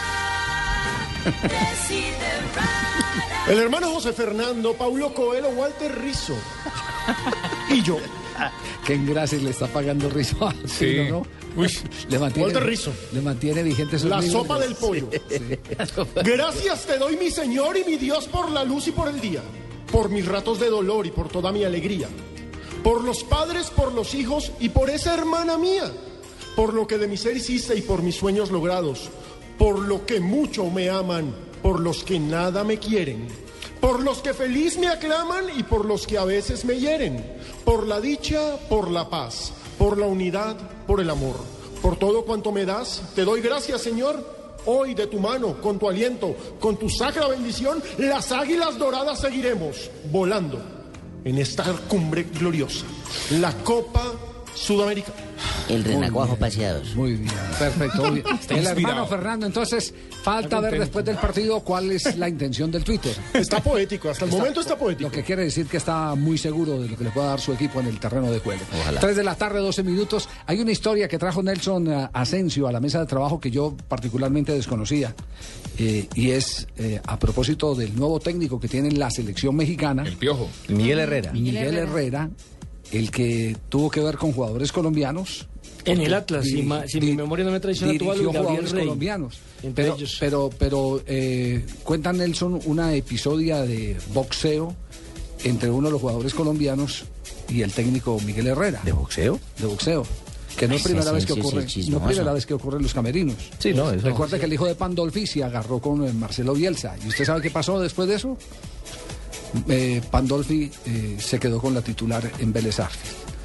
El hermano José Fernando, Paulo Coelho, Walter Rizzo y yo.
Qué engracia le está pagando Rizzo.
Sí.
¿No?
Walter Rizzo.
Le mantiene vigente su
la sopa del pollo. Sí. Gracias te doy, mi Señor y mi Dios, por la luz y por el día, por mis ratos de dolor y por toda mi alegría, por los padres, por los hijos y por esa hermana mía, por lo que de mi ser hiciste y por mis sueños logrados, por lo que mucho me aman, por los que nada me quieren, por los que feliz me aclaman y por los que a veces me hieren, por la dicha, por la paz, por la unidad, por el amor, por todo cuanto me das, te doy gracias, Señor. Hoy de tu mano, con tu aliento, con tu sacra bendición, las águilas doradas seguiremos volando en esta cumbre gloriosa, la Copa Sudamericana.
El renacuajo paseados.
Muy bien, perfecto. Muy bien. El hermano Fernando, entonces, falta ver después del partido cuál es la intención del Twitter.
Está poético, hasta el momento está poético.
Lo que quiere decir que está muy seguro de lo que le pueda dar su equipo en el terreno de juego.
Ojalá.
3 de la tarde, 12 minutos. Hay una historia que trajo Nelson Asensio a la mesa de trabajo que yo particularmente desconocía. Y es a propósito del nuevo técnico que tiene la selección mexicana.
El Piojo.
Miguel Herrera.
Miguel Herrera, el que tuvo que ver con jugadores colombianos.
En el Atlas, si mi memoria no me traiciona, tuvo
jugadores colombianos. Pero cuenta Nelson una episodia de boxeo entre uno de los jugadores colombianos y el técnico Miguel Herrera.
¿De boxeo?
De boxeo. Que no es primera vez que ocurre, no primera vez que ocurre en los camerinos.
Sí, no, eso.
Recuerde que el hijo de Pandolfi se agarró con Marcelo Bielsa. ¿Y usted sabe qué pasó después de eso? Pandolfi se quedó con la titular en Vélez Sarsfield.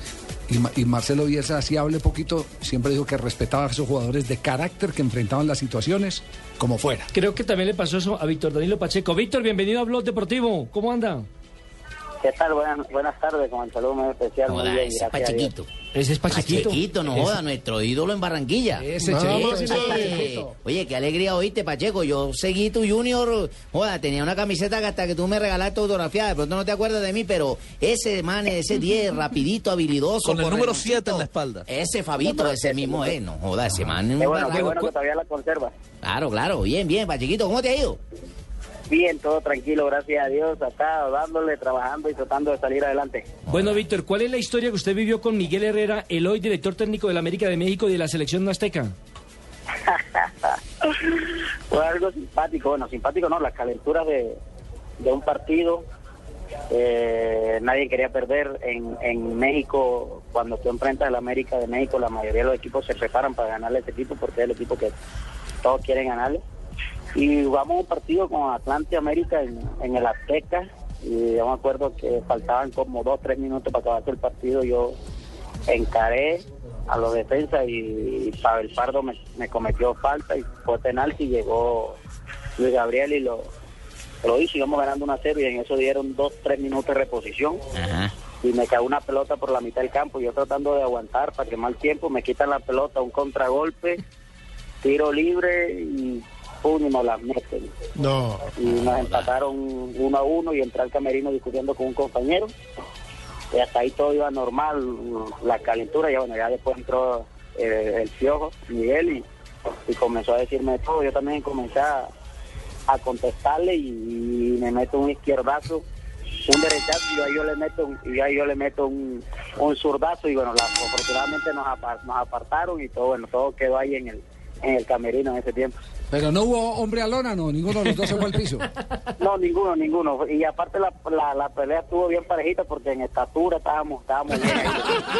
Y Marcelo Bielsa, así hable poquito, siempre dijo que respetaba a esos jugadores de carácter que enfrentaban las situaciones como fuera.
Creo que también le pasó eso a Víctor Danilo Pacheco. Víctor, bienvenido a Blog Deportivo. ¿Cómo anda?
¿Qué tal? Buenas tardes, con el saludo muy especial.
Joda,
muy bien,
ese Pachequito.
Ese es Pachequito.
Pachequito, no joda, nuestro ídolo en Barranquilla.
Ese
Pachequito. Oye, qué alegría oíste, Pacheco. Yo seguí tu Junior. Joda, tenía una camiseta que hasta que tú me regalaste autografiada. De pronto no te acuerdas de mí, pero ese man, ese 10, rapidito, habilidoso.
Con el número 7 en la espalda.
Ese Fabito, ese mismo es. No joda, ese man.
Qué bueno que todavía la conserva.
Claro. Bien, Pachequito. ¿Cómo te ha ido?
Bien, todo tranquilo, gracias a Dios, acá dándole, trabajando y tratando de salir adelante.
Bueno, Víctor, ¿cuál es la historia que usted vivió con Miguel Herrera, el hoy director técnico de la América de México y de la selección azteca?
Fue algo simpático, bueno, simpático no, las calenturas de un partido. Nadie quería perder en México. Cuando tú enfrentas a la América de México, la mayoría de los equipos se preparan para ganarle a este equipo porque es el equipo que todos quieren ganarle. Y jugamos un partido con Atlante América en el Azteca, y yo me acuerdo que faltaban como 2-3 minutos para acabarse el partido. Yo encaré a los defensas y Pavel Pardo me cometió falta y fue penal, y llegó Luis Gabriel y lo hizo, íbamos ganando 1-0 y en eso dieron 2-3 minutos de reposición.
Ajá.
Y me cayó una pelota por la mitad del campo, yo tratando de aguantar para quemar el tiempo, me quitan la pelota, un contragolpe, tiro libre y y nos las meten.
No.
Y nos empataron 1-1 y entré al camerino discutiendo con un compañero. Y hasta ahí todo iba normal, la calentura. Y bueno, ya después entró el Piojo, Miguel, y comenzó a decirme todo. Yo también comencé a contestarle y me meto un izquierdazo, un derechazo, y ahí yo le meto un zurdazo. Y bueno, afortunadamente nos apartaron y todo, bueno, todo quedó ahí en el camerino en ese tiempo.
Pero no hubo hombre a lona, ¿no? Ninguno de los dos se fue al piso.
No, ninguno. Y aparte la pelea estuvo bien parejita porque en estatura estábamos bien ahí.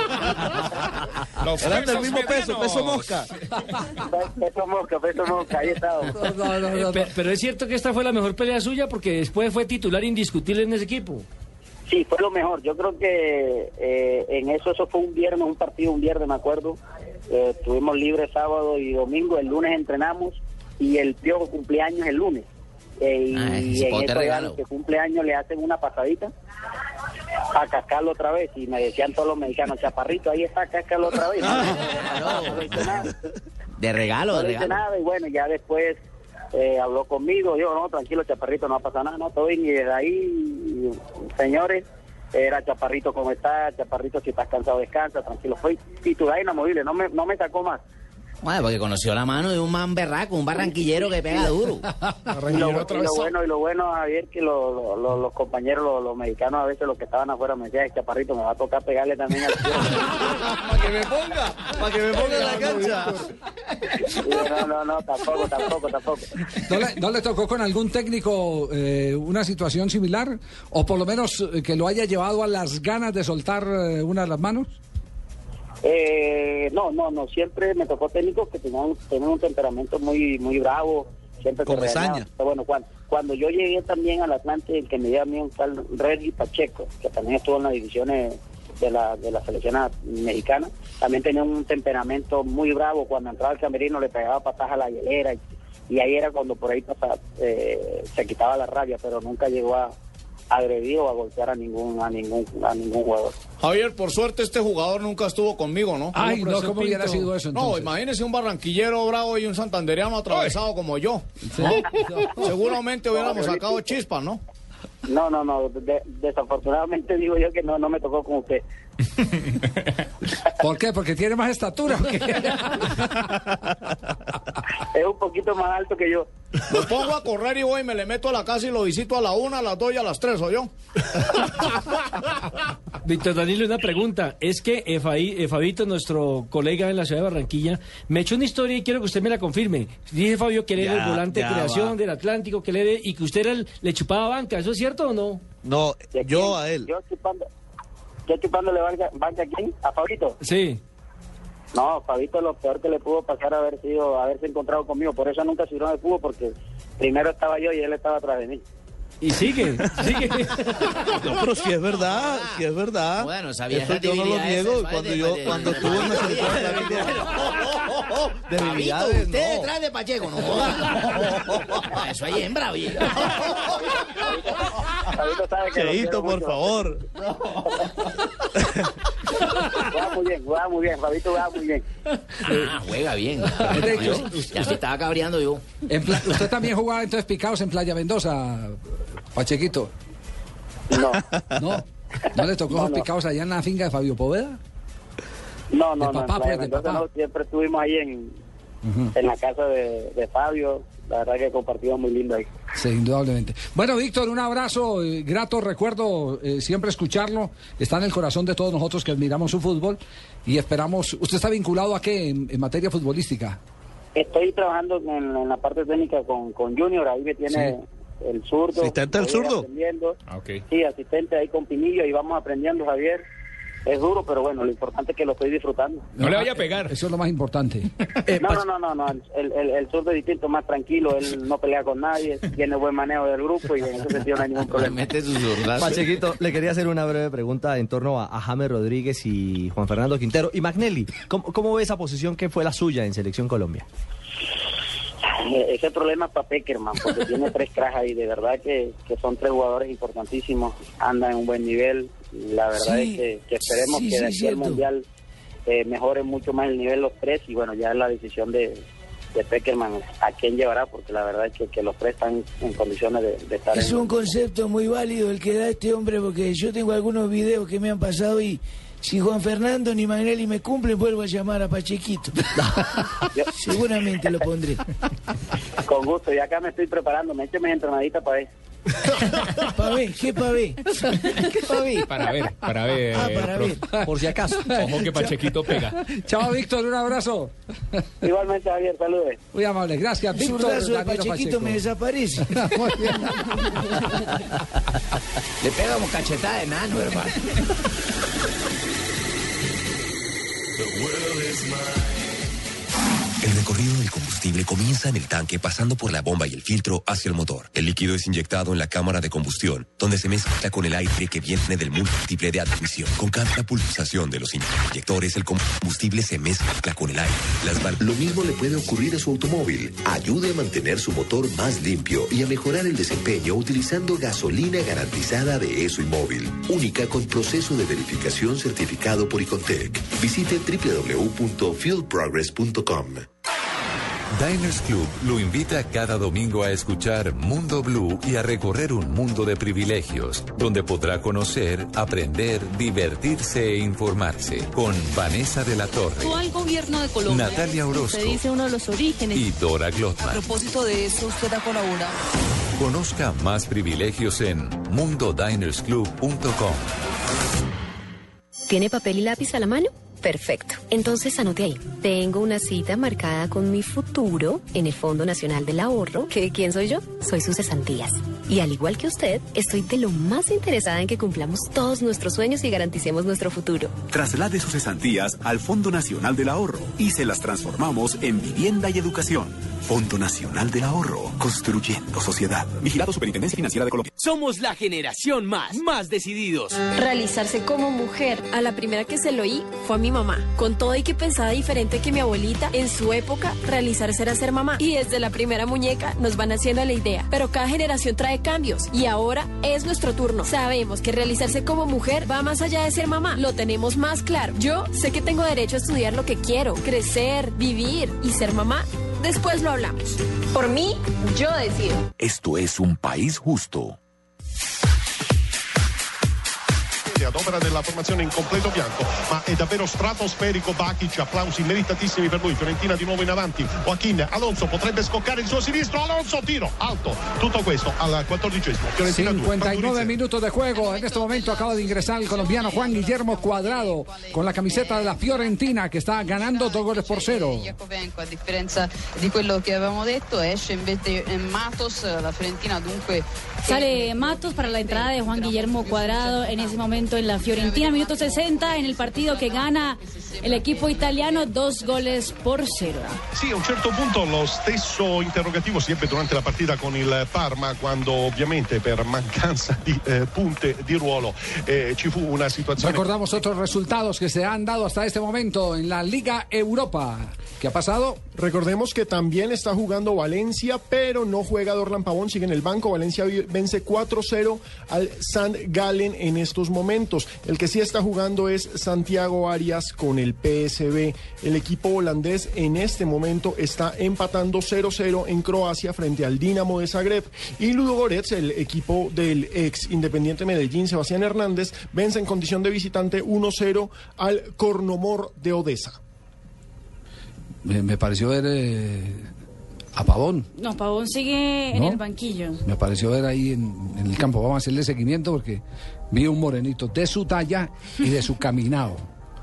Eran del mismo peso mosca.
Peso mosca, ahí estábamos.
No. Pero es cierto que esta fue la mejor pelea suya porque después fue titular indiscutible en ese equipo.
Sí, fue lo mejor. Yo creo que en eso fue un partido un viernes, me acuerdo. Estuvimos libres sábado y domingo. El lunes entrenamos y el Piojo cumpleaños el lunes. Y en ese regalo que cumpleaños le hacen una pasadita a cascarlo otra vez. Y me decían todos los mexicanos, Chaparrito, ahí está, cáscalo otra vez. No hice nada.
De regalo,
no hice nada. Y bueno, ya después habló conmigo. Yo, no, tranquilo, Chaparrito, no va a pasar nada, no, todo bien. Y desde ahí, señores, era Chaparrito, ¿cómo está? Chaparrito, si estás cansado, descansa, tranquilo. Fue titular inamovible, no me sacó más.
Bueno, porque conoció la mano de un man berraco, un barranquillero que pega duro.
Y lo bueno, Javier, que los compañeros, los mexicanos, a veces los que estaban afuera me decían, Chaparrito, me va a tocar pegarle también al tío.
Para que me ponga en la cancha.
No, tampoco.
¿No le tocó con algún técnico una situación similar? ¿O por lo menos que lo haya llevado a las ganas de soltar una de las manos?
No, siempre me tocó técnicos que tenían un temperamento muy bravo, siempre
con hazaña.
Bueno, cuando yo llegué también al Atlante, el que me dio a mí un tal Reggie Pacheco, que también estuvo en las divisiones de la selección mexicana, también tenía un temperamento muy bravo. Cuando entraba al camerino le pegaba patas a la hielera y ahí era cuando por ahí pasaba, se quitaba la rabia, pero nunca llegó a agredir o a golpear a ningún jugador.
Javier, por suerte este jugador nunca estuvo conmigo, ¿no?
Ay, no, ¿cómo hubiera sido eso entonces?
No, imagínese un barranquillero bravo y un santandereano atravesado como yo, ¿no? Seguramente hubiéramos sacado chispas, ¿no?
No, desafortunadamente digo yo que no me tocó con usted.
¿Por qué? ¿Porque tiene más estatura? ¿O qué?
Es un poquito más alto que yo.
Me pongo a correr y voy y me le meto a la casa y lo visito a la 1, a las 2 y a las 3, ¿o yo?
Víctor Danilo, una pregunta. Es que Fabito, nuestro colega en la ciudad de Barranquilla, me echó una historia y quiero que usted me la confirme. Dice Fabio que él era el volante de creación del Atlántico, que y que usted le chupaba banca. ¿Eso es cierto o no?
No, yo a él.
Yo chupándole banca a quién, a Fabito.
Sí.
No, Fabito, lo peor que le pudo pasar haberse encontrado conmigo. Por eso nunca sirvió de fútbol, porque primero estaba yo y él estaba atrás de mí.
Y sigue.
No, pero si es verdad, si es verdad.
Bueno, sabía
eso yo no lo niego. Cuando estuve en la selección
debilidades, usted detrás de Pacheco, no. Eso hay hembra, oye.
Cheito, por favor.
Juega muy bien, Fabito juega muy bien.
Juega bien. Ya se estaba cabreando yo.
¿Usted también jugaba entonces picados en Playa Mendoza, Pachequito? ¿No le tocó picados allá en la finca de Fabio Poveda?
No, siempre estuvimos ahí en la casa de Fabio. La verdad que compartimos muy lindo ahí.
Sí, indudablemente. Bueno, Víctor, un abrazo, grato recuerdo siempre escucharlo. Está en el corazón de todos nosotros que admiramos su fútbol y esperamos. ¿Usted está vinculado a qué en materia futbolística?
Estoy trabajando en la parte técnica con Junior, ahí me tiene el zurdo.
¿Asistente del zurdo?
Okay. Sí, asistente ahí con Pinillo y vamos aprendiendo, Javier. Es duro, pero bueno, lo importante es que lo estoy disfrutando.
No le vaya a pegar. Eso es lo más importante.
No. El zurdo es distinto, más tranquilo. Él no pelea con nadie, tiene buen manejo del grupo y en ese sentido no hay ningún problema.
Mete sus zurdas. Pachequito, le quería hacer una breve pregunta en torno a James Rodríguez y Juan Fernando Quintero. Y Magnelli, ¿cómo ve esa posición que fue la suya en Selección Colombia?
Ese problema es para Peckerman, porque tiene 3 cracks ahí. De verdad que son 3 jugadores importantísimos, andan en un buen nivel. La verdad es que esperemos que de aquí al Mundial mejoren mucho más el nivel los 3 y bueno, ya es la decisión de Peckerman a quién llevará, porque la verdad es que los 3 están en condiciones de estar
Es un concepto muy válido el que da este hombre, porque yo tengo algunos videos que me han pasado y si Juan Fernando ni Magnelli me cumplen, vuelvo a llamar a Pachequito. Seguramente lo pondré.
Con gusto, y acá me estoy preparando, me echo mis entrenaditas para ver.
¿Qué para ver?
Para ver.
Para ver.
Por si acaso.
Ojo que Pachequito pega.
Chao, Víctor, un abrazo.
Igualmente, Javier, saludos.
Muy amable, gracias, Víctor.
Zurdazo de Pachequito me desaparece.
Muy bien.
Le pegamos cachetada de nano, hermano.
El recorrido del combustible comienza en el tanque pasando por la bomba y el filtro hacia el motor. El líquido es inyectado en la cámara de combustión, donde se mezcla con el aire que viene del múltiple de admisión. Con cada pulsación de los inyectores, el combustible se mezcla con el aire.
Lo mismo le puede ocurrir a su automóvil. Ayude a mantener su motor más limpio y a mejorar el desempeño utilizando gasolina garantizada de ESO y Móvil, única con proceso de verificación certificado por Icontec. Visite www.fuelprogress.com.
Diners Club lo invita cada domingo a escuchar Mundo Blue y a recorrer un mundo de privilegios, donde podrá conocer, aprender, divertirse e informarse. Con Vanessa de la Torre,
al gobierno de Colombia,
Natalia Orozco,
usted dice uno de los orígenes.
Y Dora Glotman.
A propósito de eso, usted da colabora.
Conozca más privilegios en mundodinersclub.com.
¿Tiene papel y lápiz a la mano? Perfecto. Entonces anote ahí. Tengo una cita marcada con mi futuro en el Fondo Nacional del Ahorro. ¿Quién soy yo? Soy sus cesantías. Y al igual que usted, estoy de lo más interesada en que cumplamos todos nuestros sueños y garanticemos nuestro futuro.
Traslade sus cesantías al Fondo Nacional del Ahorro y se las transformamos en vivienda y educación. Fondo Nacional del Ahorro, construyendo sociedad. Vigilado Superintendencia Financiera de Colombia.
Somos la generación más decididos.
Realizarse como mujer. A la primera que se lo oí fue a mi mamá. Con todo y que pensaba diferente que mi abuelita, en su época, realizarse era ser mamá. Y desde la primera muñeca nos van haciendo la idea. Pero cada generación trae cambios. Y ahora es nuestro turno. Sabemos que realizarse como mujer va más allá de ser mamá. Lo tenemos más claro. Yo sé que tengo derecho a estudiar lo que quiero. Crecer, vivir y ser mamá. Después lo hablamos. Por mí, yo decido.
Esto es un país justo.
Ad opera della formazione in completo bianco, ma è davvero stratosferico Bakic, applausi meritatissimi per lui. Fiorentina di nuovo in avanti, Joaquín Alonso potrebbe scoccare il suo sinistro, Alonso tiro alto, tutto questo al 14esimo. Fiorentina
59 minutos de juego. En este momento acaba de ingresar el colombiano Juan Guillermo Cuadrado con la camiseta de la Fiorentina, que está ganando 2-0.
A differenza di quello che avevamo detto, esce invece Matos, la Fiorentina dunque.
Sale Matos para la entrada de Juan Guillermo Cuadrado. En ese momento
momento en la Fiorentina, minuto 60, en el partido que gana el equipo italiano 2-0.
Sì, a un certo punto lo stesso interrogativo si ebbe durante la partita con il Parma, quando ovviamente per mancanza di punte di ruolo ci fu una situazione.
Recordamos otros resultados que se han dado hasta este momento en la Liga Europa. ¿Qué ha pasado?
Recordemos que también está jugando Valencia, pero no juega Dorlan Pavón, sigue en el banco. Valencia vence 4-0 al St. Gallen en estos momentos. El que sí está jugando es Santiago Arias con el PSV. El equipo holandés en este momento está empatando 0-0 en Croacia frente al Dinamo de Zagreb. Y Ludogorets, el equipo del ex Independiente Medellín, Sebastián Hernández, vence en condición de visitante 1-0 al Kornomor de Odessa.
Me pareció ver a Pavón.
No, Pavón sigue en el banquillo.
Me pareció ver ahí en el campo. Vamos a hacerle seguimiento porque vi un morenito de su talla y de su caminado.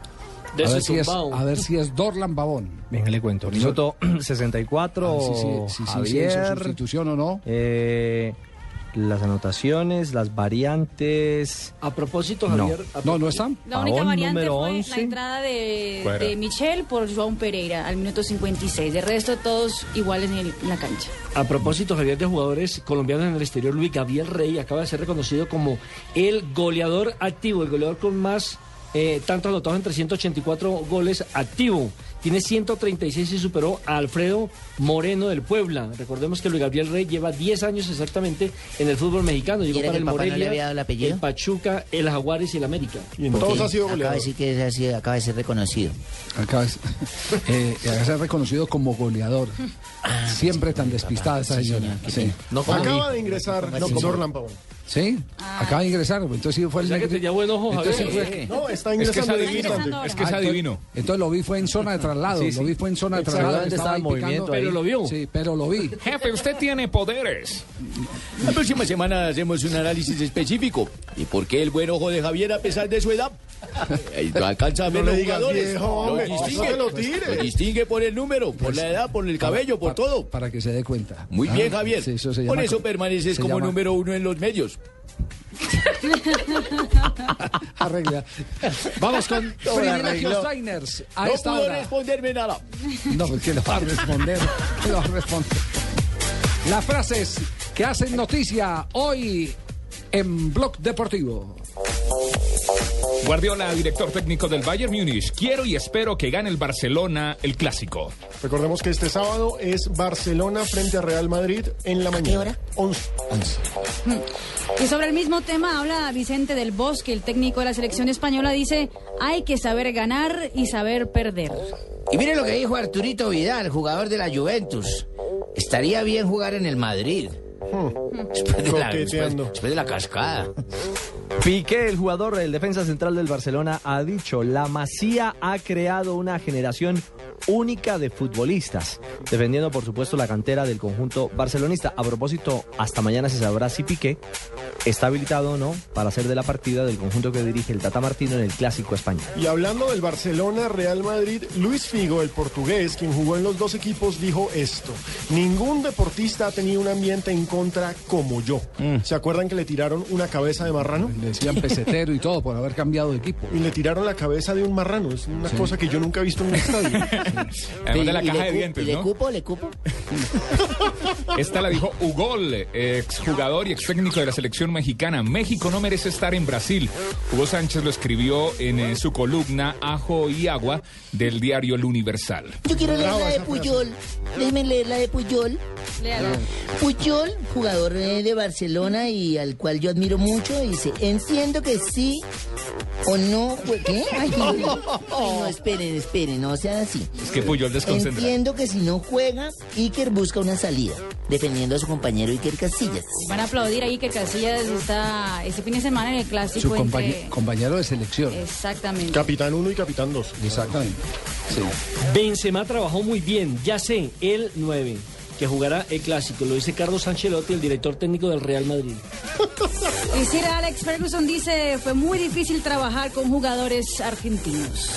A ver si es Dorlan Pavón.
Venga, le cuento. Minuto 64.
Sí,
Javier,
sustitución o no.
Las anotaciones, las variantes.
A propósito, Javier.
No están.
La única variante fue
11.
la entrada de Michel por João Pereira al minuto 56. De resto, todos iguales en la cancha.
A propósito, Javier, de jugadores colombianos en el exterior, Luis Gabriel Rey acaba de ser reconocido como el goleador activo, el goleador con más tantos anotados en 384 goles activo. Tiene 136 y superó a Alfredo Moreno del Puebla. Recordemos que Luis Gabriel Rey lleva 10 años exactamente en el fútbol mexicano. Llegó para el Morelia,
no le había dado el apellido?
el Pachuca, el Jaguares y el América.
Y en todos ha sido goleador.
Acaba de ser reconocido.
Acaba de ser reconocido como goleador. Siempre tan despistada esa señora. Sí.
Acaba de ingresar Dorlan Pavón.
¿Sí? Acaba de ingresar. Entonces sí fue el
que tenía buen ojo, Javier.
No, está ingresando.
Es que es adivino.
Entonces lo vi fue en zona de traslado. Lo vi fue en zona de traslado.
Estaba en movimiento.
Pero lo vio.
Sí, pero lo vi.
Jefe, usted tiene poderes.
La próxima semana hacemos un análisis específico. ¿Y por qué el buen ojo de Javier, a pesar de su edad, no alcanza a ver los jugadores? Lo distingue por el número, por la edad, por el cabello, por todo.
Para que se dé cuenta.
Muy bien, Javier.
Sí, eso
por eso permaneces como número 1 en los medios.
Arregla. Vamos con Privilegios Diners.
No pudo responderme nada.
No, pues que lo va a responder. Las frases que hacen noticia hoy en Blog Deportivo.
Guardiola, director técnico del Bayern Múnich. Quiero y espero que gane el Barcelona el clásico.
Recordemos que este sábado es Barcelona frente a Real Madrid en la mañana.
¿Qué hora?
11.
Y sobre el mismo tema habla Vicente del Bosque, el técnico de la selección española, dice: hay que saber ganar y saber perder.
Y mire lo que dijo Arturito Vidal, jugador de la Juventus. Estaría bien jugar en el Madrid. Después de la cascada.
Piqué, el jugador, el defensa central del Barcelona, ha dicho: la Masía ha creado una generación única de futbolistas, defendiendo por supuesto la cantera del conjunto barcelonista. A propósito, hasta mañana se sabrá si Piqué está habilitado o no para ser de la partida del conjunto que dirige el Tata Martino en el Clásico español.
Y hablando del Barcelona-Real Madrid, Luis Figo, el portugués, quien jugó en los dos equipos, dijo esto: ningún deportista ha tenido un ambiente en contra como yo. ¿Se acuerdan que le tiraron una cabeza de marrano?
Le decían pesetero y todo por haber cambiado de equipo.
Y le tiraron la cabeza de un marrano. Es una cosa que yo nunca he visto en un estadio.
Además de la caja de dientes, ¿no?
¿Le cupo?
Esta la dijo Ugol, exjugador y ex técnico de la selección mexicana. México no merece estar en Brasil. Hugo Sánchez lo escribió en su columna Ajo y Agua del diario El Universal.
Yo quiero leer la de Puyol. Déjeme leer la de Puyol.
Léala.
Puyol, jugador de Barcelona y al cual yo admiro mucho, dice: entiendo que sí o no. ¿Qué? Ay, no, esperen, no sean así.
Es que Puyol desconcentra.
Entiendo que si no juega, Iker busca una salida, defendiendo a su compañero Iker Casillas.
Van a aplaudir a Iker Casillas este fin de semana en el Clásico.
Su compañero de selección.
Exactamente.
Capitán 1 y capitán 2.
Exactamente. Sí.
Benzema trabajó muy bien, ya sé, el 9, que jugará el Clásico. Lo dice Carlos Ancelotti, el director técnico del Real Madrid.
Y Sir Alex Ferguson dice: fue muy difícil trabajar con jugadores argentinos.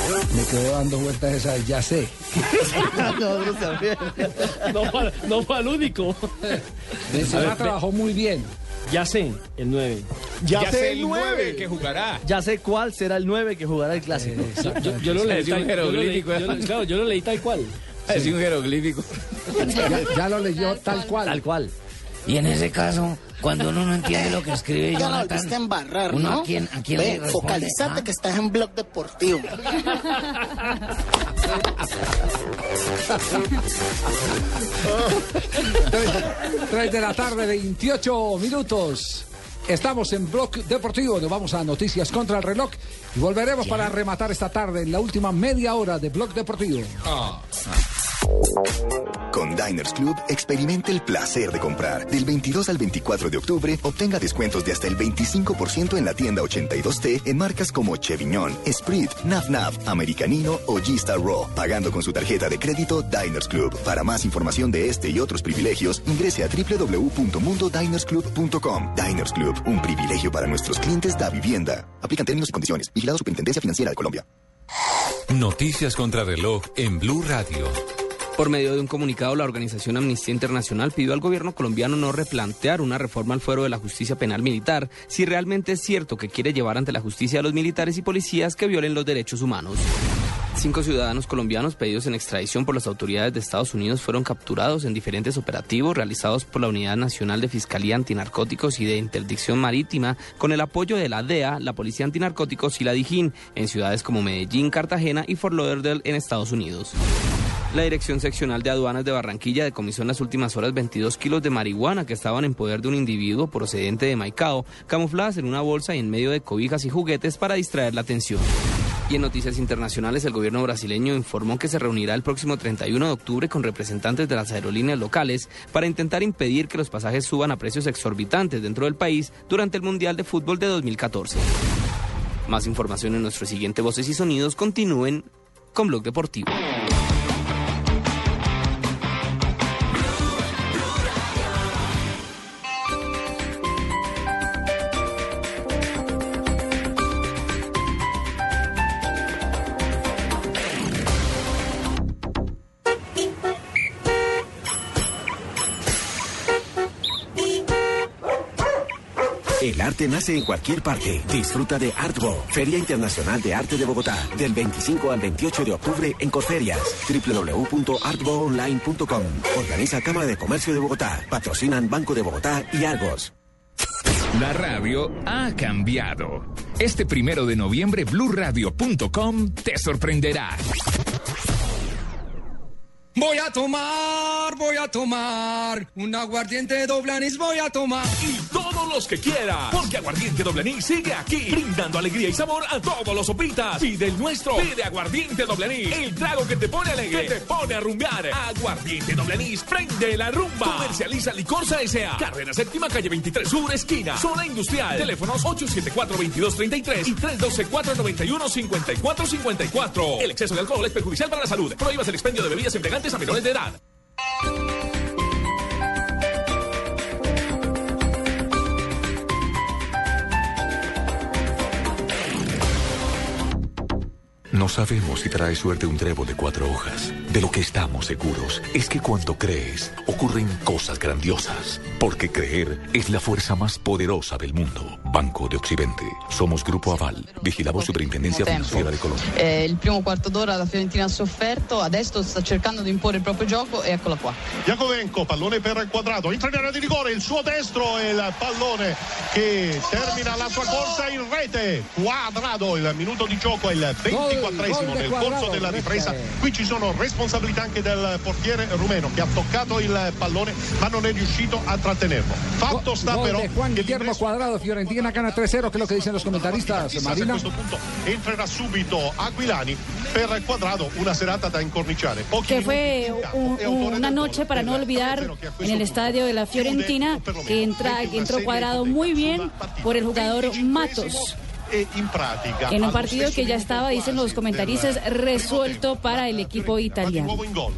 Me quedó dando vueltas esa de ya sé.
No fue al único.
Benzema trabajó muy bien.
Ya sé, el 9.
Ya sé el 9
que jugará.
Ya sé cuál será el 9 que jugará el clásico.
Yo lo leí yo lo leí tal cual.
Es un jeroglífico.
Ya lo leyó tal cual.
Tal cual.
Y en ese caso, cuando uno no entiende lo que escribe
Ya la
Jonathan,
volviste a embarrar,
uno
¿no?
¿a quién
Ve,
le responde?
focalízate que estás en Blog Deportivo.
3 de la tarde, 28 minutos. Estamos en Blog Deportivo, nos vamos a Noticias contra el Reloj y volveremos para rematar esta tarde en la última media hora de Blog Deportivo.
Con Diners Club, experimente el placer de comprar. Del 22 al 24 de octubre, obtenga descuentos de hasta el 25% en la tienda 82T en marcas como Chevignon, Esprit, Naf Naf, Americanino o G-Star Raw, pagando con su tarjeta de crédito Diners Club. Para más información de este y otros privilegios, ingrese a www.mundodinersclub.com. Diners Club, un privilegio para nuestros clientes da vivienda. Aplican términos y condiciones. Vigilado Superintendencia Financiera de Colombia.
Noticias contra reloj en Blue Radio.
Por medio de un comunicado, la organización Amnistía Internacional pidió al gobierno colombiano no replantear una reforma al fuero de la justicia penal militar si realmente es cierto que quiere llevar ante la justicia a los militares y policías que violen los derechos humanos. 5 ciudadanos colombianos pedidos en extradición por las autoridades de Estados Unidos fueron capturados en diferentes operativos realizados por la Unidad Nacional de Fiscalía Antinarcóticos y de Interdicción Marítima con el apoyo de la DEA, la Policía Antinarcóticos y la DIJÍN en ciudades como Medellín, Cartagena y Fort Lauderdale en Estados Unidos. La Dirección Seccional de Aduanas de Barranquilla decomisó en las últimas horas 22 kilos de marihuana que estaban en poder de un individuo procedente de Maicao, camufladas en una bolsa y en medio de cobijas y juguetes para distraer la atención. Y en noticias internacionales, el gobierno brasileño informó que se reunirá el próximo 31 de octubre con representantes de las aerolíneas locales para intentar impedir que los pasajes suban a precios exorbitantes dentro del país durante el Mundial de Fútbol de 2014. Más información en nuestro siguiente Voces y Sonidos. Continúen con Blog Deportivo.
El arte nace en cualquier parte. Disfruta de ArtBo, Feria Internacional de Arte de Bogotá, del 25 al 28 de octubre en Corferias. www.artboonline.com. Organiza Cámara de Comercio de Bogotá. Patrocinan Banco de Bogotá y Argos.
La radio ha cambiado. Este 1 de noviembre, BluRadio.com te sorprenderá.
Voy a tomar un aguardiente doble anís, voy a tomar.
Y todos los que quieras, porque Aguardiente Doble Anís sigue aquí, brindando alegría y sabor a todos los sopitas. Pide el nuestro, pide Aguardiente Doble Anís, el trago que te pone alegre, que te pone a rumbear. Aguardiente Doble Anís, prende la rumba. Comercializa Licorsa S.A. Carrera Séptima, calle 23 Sur, esquina, zona industrial. Teléfonos 874-2233 y 312-491-5454. El exceso de alcohol es perjudicial para la salud. Prohíbas el expendio de bebidas embriagantes a menores de edad.
No sabemos si trae suerte un trébol de 4 hojas. De lo que estamos seguros es que cuando crees, ocurren cosas grandiosas. Porque creer es la fuerza más poderosa del mundo. Banco de Occidente. Somos Grupo Aval. Vigilamos Superintendencia Financiera de Colombia.
Il primo quarto d'ora la Fiorentina ha sofferto, adesso sta cercando di imporre il proprio gioco e eccola qua.
Jakovenko, pallone per Quadrado, entra in area di rigore, il suo destro e il pallone che termina la sua corsa in rete. Quadrado, il minuto di gioco è il 24esimo nel corso della ripresa. Qui ci sono responsabilità anche del portiere rumeno che ha toccato il pallone ma non è riuscito a trattenerlo. Fatto sta però
de Juan Guillermo Cuadrado, Fiorentina gana 3-0, que es lo que dicen los comentaristas. Marina.
A questo punto entrerà subito Aquilani per Quadrado, una serata da incorniciare.
Que fue una noche para no olvidar en el estadio de la Fiorentina, que entró Cuadrado muy bien por el jugador Matos. En un partido que ya estaba, dicen los comentaristas, resuelto para el equipo italiano.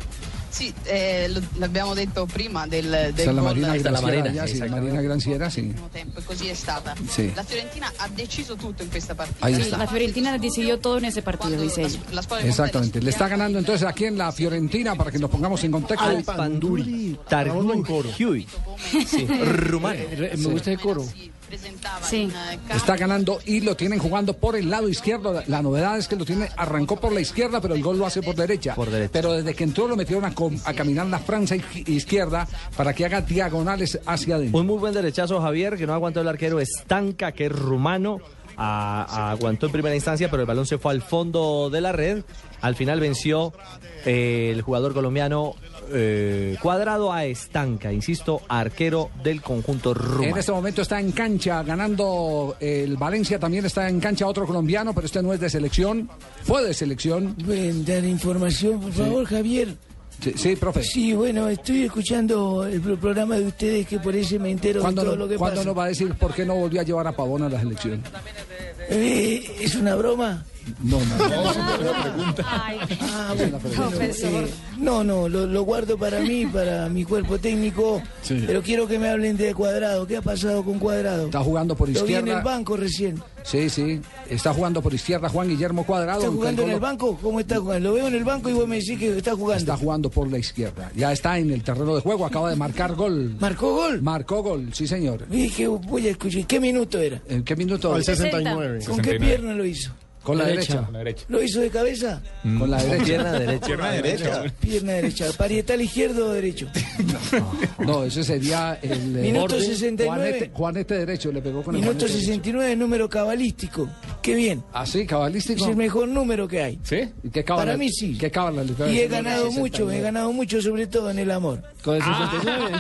Sì, l'abbiamo detto prima del
la
gol.
Marina Granciera, sì.
Tempo, e così è stata.
Sì.
La Fiorentina ha deciso tutto in questa partita.
Ahí
Sí,
está.
la Fiorentina decidió todo en ese partido, dice ella.
Exactamente. Le está ganando entonces aquí en la Fiorentina, para que nos pongamos en contexto.
Al Panduri Targui. Sí, rumano.
Me gusta el coro.
Sí.
Está ganando y lo tienen jugando por el lado izquierdo. La novedad es que arrancó por la izquierda, pero el gol lo hace por derecha. Pero desde que entró lo metieron a caminar la franja izquierda para que haga diagonales hacia adentro.
Un muy buen derechazo, Javier, que no aguantó el arquero Estanca, que es rumano. Aguantó en primera instancia, pero el balón se fue al fondo de la red. Al final venció el jugador colombiano Cuadrado a Estanca, insisto, arquero del conjunto rumano.
En este momento está en cancha ganando el Valencia, también está en cancha otro colombiano, pero este no es de selección, fue de selección.
¿Pueden dar información, por favor, Javier?
Sí, profe.
Sí, bueno, estoy escuchando el programa de ustedes, que por eso me entero de todo lo que pasa.
¿Cuándo nos va a decir por qué no volvió a llevar a Pavón a la selección?
¿Es una broma?
No.
Lo guardo para mí, para mi cuerpo técnico,
sí.
Pero quiero que me hablen de Cuadrado. ¿Qué ha pasado con Cuadrado?
Está jugando por izquierda.
Lo vi en el banco recién.
Sí, está jugando por izquierda Juan Guillermo Cuadrado.
¿Está jugando en el banco? ¿Cómo está jugando? Lo veo en el banco y vos me decís que está jugando.
Está jugando por la izquierda. Ya está en el terreno de juego, acaba de marcar gol.
¿Marcó gol?
Marcó gol, sí señor.
Dije, voy a escuchar. ¿Qué minuto era?
¿En qué minuto?
Al 69.
¿Con qué pierna lo hizo?
Con la derecha.
¿Lo hizo de cabeza?
Con la derecha.
Pierna derecha.
Pierna derecha. ¿Parietal izquierdo o derecho?
No, ese sería el...
Minuto 69.
Juanete derecho le pegó con el
Minuto 69, número cabalístico. Qué bien.
¿Ah, sí? ¿Cabalístico?
Es el mejor número que hay.
¿Sí? ¿Y qué cábala?
Para mí sí.
¿Qué cábala le
Y he ganado mucho, sobre todo en el amor.
Con el 69.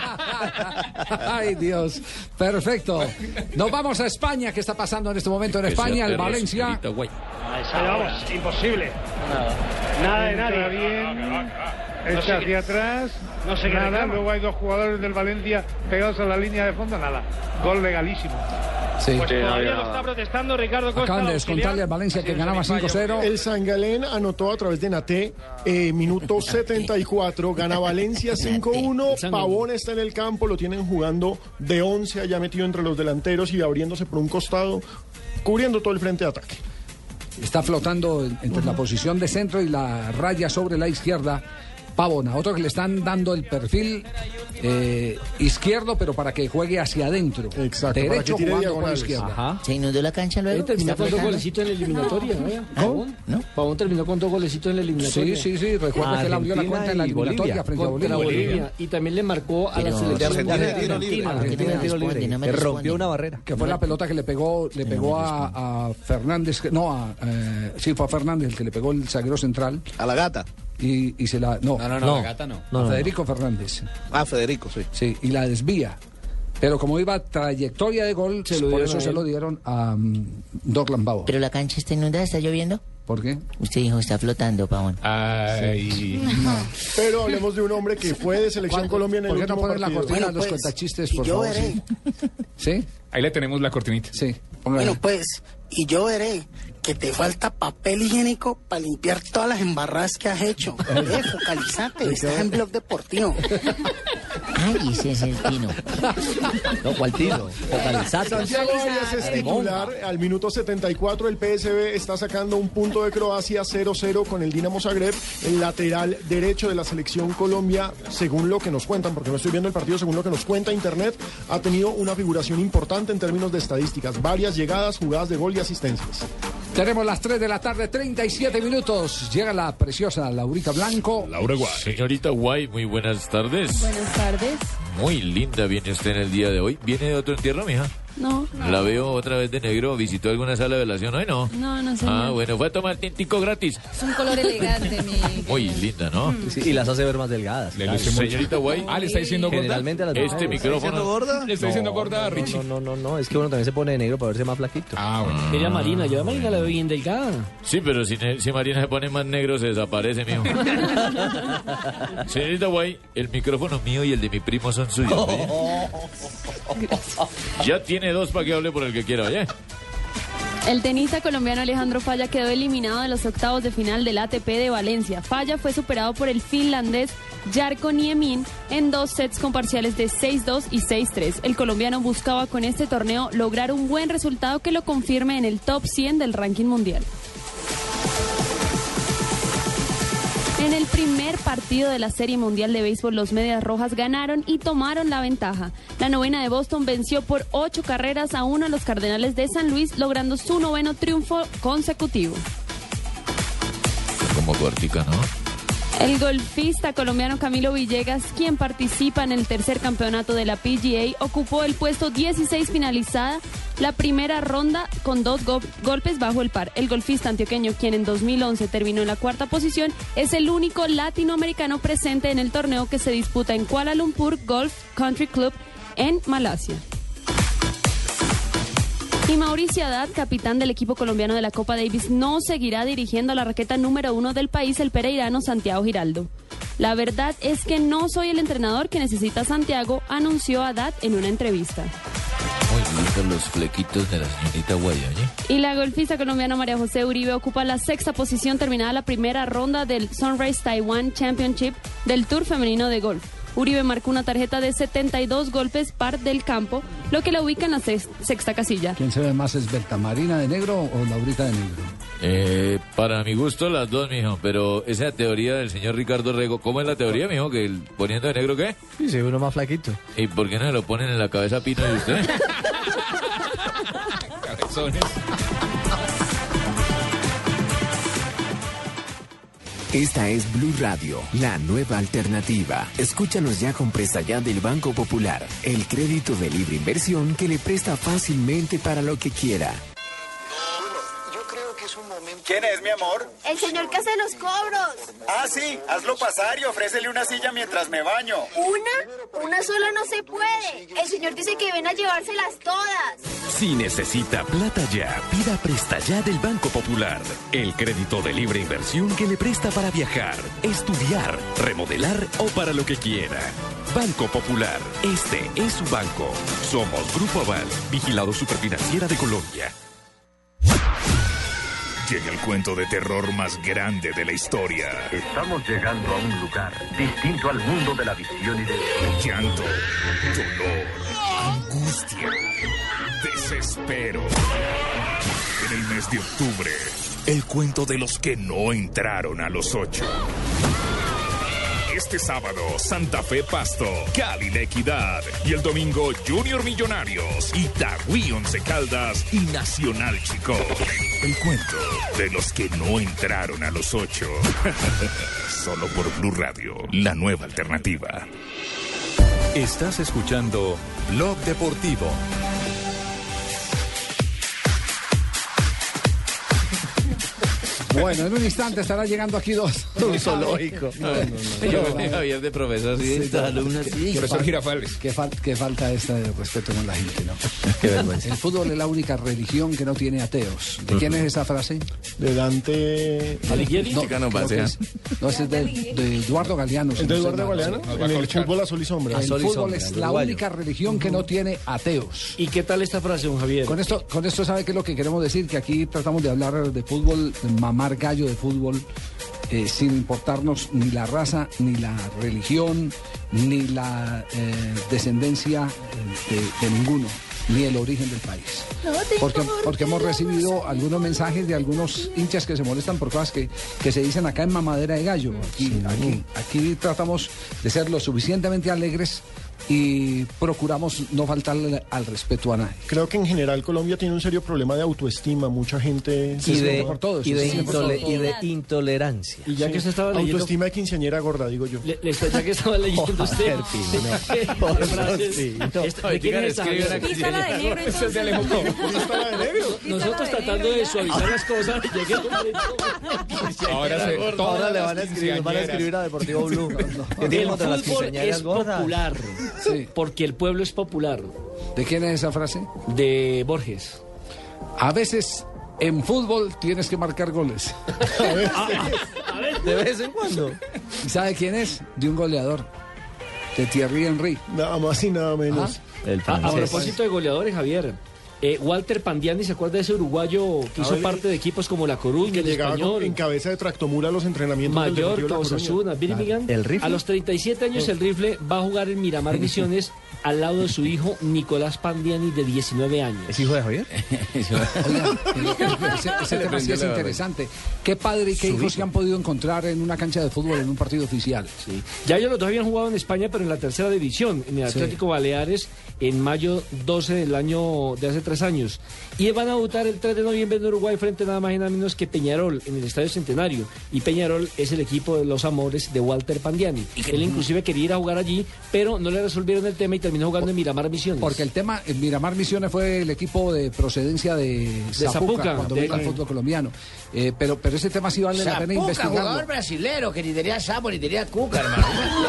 Ay, Dios. Perfecto. Nos vamos a España. ¿Qué está pasando en este momento en España? El Valencia.
Pero vamos, imposible. Nada de nadie. Bien. Echa hacia atrás. No sé nada. Luego hay dos jugadores del Valencia pegados a la línea de fondo. Nada. Gol legalísimo.
Sí.
Pues todavía lo está protestando Ricardo Costa.
Acaban de descontarle al Valencia que ganaba 5-0.
El San Galén anotó a través de Naté, minuto 74, gana Valencia 5-1. Pavón está en el campo, lo tienen jugando de 11, allá metido entre los delanteros y abriéndose por un costado, cubriendo todo el frente de ataque.
Está flotando entre la posición de centro y la raya sobre la izquierda. Pavón, a otro que le están dando el perfil izquierdo, pero para que juegue hacia adentro.
Exacto,
derecho
para que
jugando por izquierda.
Ajá. ¿Se inundó la cancha luego?
Terminó con 2 golecitos en la eliminatoria.
¿Pavón? ¿No?
Pavón terminó con 2 golecitos en la eliminatoria.
Sí. Recuerda que él abrió la cuenta en la eliminatoria frente a Bolivia.
Y también le marcó a la selección de
Argentina. Que rompió una barrera.
Que fue la pelota que le pegó a Fernández. Sí, fue a Fernández el que le pegó el zaguero central.
A la gata.
Y se la... No,
la gata no.
A Federico Fernández.
Ah, Federico, sí.
Sí, y la desvía. Pero como iba trayectoria de gol, por eso se lo dieron a Dorlan Bauer.
¿Pero la cancha está inundada? ¿Está lloviendo?
¿Por qué?
Usted dijo, está flotando, Pavón.
Ay.
Sí.
Pero hablemos de un hombre que fue de selección Colombia en el último partido.
¿Por qué no poner la cortina de los cuentachistes, por favor? ¿Sí?
Ahí le tenemos la cortinita.
Sí.
Bueno, pues, y yo veré que te falta papel higiénico para limpiar todas las embarradas que has hecho. Focalizate, estás en Blog Deportivo.
Ay, ese es el Tino.
No, ¿cuál Tino? Focalizate.
Santiago Arias es titular. Al minuto 74 el PSV está sacando un punto de Croacia 0-0 con el Dinamo Zagreb, el lateral derecho de la selección Colombia, según lo que nos cuentan, porque no estoy viendo el partido, según lo que nos cuenta Internet, ha tenido una figuración importante en términos de estadísticas, varias llegadas, jugadas de gol y asistencias.
Tenemos las 3 de la tarde, 37 minutos. Llega la preciosa Laurita Blanco.
Laura Guay. Señorita Guay, muy buenas tardes.
Buenas tardes.
Muy linda viene usted en el día de hoy. ¿Viene de otro entierro, mija?
No.
La veo otra vez de negro. ¿Visitó alguna sala de velación hoy? No.
No, señor.
Ah, bueno, fue a tomar tintico gratis.
Es un color elegante, mi...
Muy linda, ¿no?
Sí, y las hace ver más delgadas.
Señorita Guay.
¿le está diciendo gorda?
Generalmente a las
Este micrófono.
gorda?
¿Le está diciendo gorda, Richie?
No, es que uno también se pone de negro para verse más flaquito.
Ah, bueno.
Ella Marina, yo a Marina la veo bien delgada.
Sí, pero si Marina se pone más negro se desaparece, mijo. Señorita Guay, el micrófono mío y el de mi primo son suyos, ¿oye? Ya tiene 2 para que hable por el que quiera, oye.
El tenista colombiano Alejandro Falla quedó eliminado de los octavos de final del ATP de Valencia. Falla fue superado por el finlandés Jarkko Niemin en 2 sets con parciales de 6-2 y 6-3. El colombiano buscaba con este torneo lograr un buen resultado que lo confirme en el top 100 del ranking mundial. En el primer partido de la Serie Mundial de Béisbol, los Medias Rojas ganaron y tomaron la ventaja. La novena de Boston venció por 8-1 a los Cardenales de San Luis, logrando su 9º triunfo consecutivo.
Como tuertica, ¿no?
El golfista colombiano Camilo Villegas, quien participa en el tercer campeonato de la PGA, ocupó el puesto 16 finalizada la primera ronda con 2 golpes bajo el par. El golfista antioqueño, quien en 2011 terminó en la 4ª posición, es el único latinoamericano presente en el torneo que se disputa en Kuala Lumpur Golf Country Club en Malasia. Y Mauricio Haddad, capitán del equipo colombiano de la Copa Davis, no seguirá dirigiendo a la raqueta número 1 del país, el pereirano Santiago Giraldo. La verdad es que no soy el entrenador que necesita Santiago, anunció Haddad en una entrevista.
Muy lindos los flequitos de la señorita Guaya, ¿eh?
Y la golfista colombiana María José Uribe ocupa la 6ª posición terminada la primera ronda del Sunrise Taiwan Championship del Tour femenino de golf. Uribe marcó una tarjeta de 72 golpes par del campo, lo que la ubica en la 6ª casilla.
¿Quién se ve más esbelta, Marina de negro o Laurita de negro?
Para mi gusto las dos, mijo, pero esa teoría del señor Ricardo Rego, ¿cómo es la teoría, mijo? ¿Que poniendo de negro qué?
Sí, se ve uno más flaquito.
¿Y por qué no se lo ponen en la cabeza Pino de usted? Cabezones.
Esta es Blue Radio, la nueva alternativa. Escúchanos ya con Presta Ya del Banco Popular, el crédito de libre inversión que le presta fácilmente para lo que quiera.
¿Quién es, mi amor?
El señor que hace los cobros.
Ah, sí, hazlo pasar y ofrécele una silla mientras me baño.
¿Una? Una sola no se puede. El señor dice que ven a llevárselas todas.
Si necesita plata ya, pida Presta Ya del Banco Popular. El crédito de libre inversión que le presta para viajar, estudiar, remodelar o para lo que quiera. Banco Popular, este es su banco. Somos Grupo Aval, vigilado Superfinanciera de Colombia. Llega el cuento de terror más grande de la historia.
Estamos llegando a un lugar distinto al mundo de la visión y del
llanto, dolor, angustia, desespero. En el mes de octubre, el cuento de los que no entraron a los 8. Este sábado, Santa Fe Pasto, Cali La Equidad. Y el domingo, Junior Millonarios, Itagüí Once Caldas y Nacional Chico. El cuento de los que no entraron a los 8. Solo por Blue Radio, la nueva alternativa.
Estás escuchando Blog Deportivo.
Bueno, en un instante estará llegando aquí un zoológico.
Yo venía Javier de profesor, sí, alumnos, sí.
Profesor Girafales. Qué falta esta de respeto con la gente, ¿no? Qué vergüenza. El fútbol es la única religión que no tiene ateos. ¿De quién es esa frase?
De Dante
Alighieri. No, es de Eduardo Galeano.
¿Es de Eduardo Galeano? En el fútbol a sol y sombra.
El fútbol es la única religión que no tiene ateos.
¿Y qué tal esta frase, don Javier?
Con esto ¿sabe qué es lo que queremos decir? Que aquí tratamos de hablar de fútbol, mamar gallo de fútbol, sin importarnos ni la raza, ni la religión, ni la descendencia de ninguno, ni el origen del país. Porque hemos recibido algunos mensajes de algunos hinchas que se molestan por cosas que se dicen acá en Mamadera de Gallo. Aquí tratamos de ser lo suficientemente alegres y procuramos no faltarle al respeto a nadie.
Creo que en general Colombia tiene un serio problema de autoestima. Mucha gente
y de intolerancia.
Y ya que se estaba leyendo,
autoestima de quinceañera gorda, digo yo.
Ya que estaba leyendo usted. ¿De quién es esa? Nosotros tratando de suavizar las cosas.
Ahora le van a escribir a Deportivo Blue.
El fútbol es popular. Sí. Porque el pueblo es popular.
¿De quién es esa frase?
De Borges.
A veces en fútbol tienes que marcar goles.
A ver, de vez en cuando.
¿Y sabe quién es? De un goleador. De Thierry Henry.
Nada más y nada menos.
A propósito de goleadores, Javier. Walter Pandiani, ¿se acuerda de ese uruguayo que hizo parte de equipos como La Coruña,
que
el
llegaba
Español,
en cabeza de tractomula a los entrenamientos
Mallorca, Osasuna, Birmingham?
¿El Rifle?
A los 37 años el Rifle va a jugar en Miramar Misiones al lado de su hijo Nicolás Pandiani, de 19 años.
¿Es hijo de Javier?
Ese tema sí es interesante. ¿Qué padre y qué hijos se han podido encontrar en una cancha de fútbol en un partido oficial?
Sí. Ya ellos los dos habían jugado en España, pero en la tercera división, en el Atlético Baleares, en mayo 12 del año de hace 3 años. Y van a debutar el 3 de noviembre en Uruguay frente nada más y nada menos que Peñarol, en el Estadio Centenario. Y Peñarol es el equipo de los amores de Walter Pandiani. Él inclusive quería ir a jugar allí, pero no le resolvieron el tema y terminó jugando en Miramar Misiones.
Porque el tema, en Miramar Misiones fue el equipo de procedencia de Zapuca cuando vino al fútbol colombiano. Pero ese tema sí vale la pena investigarlo.
Jugador brasilero que ni tenía Sapo ni tenía Cuca, hermano.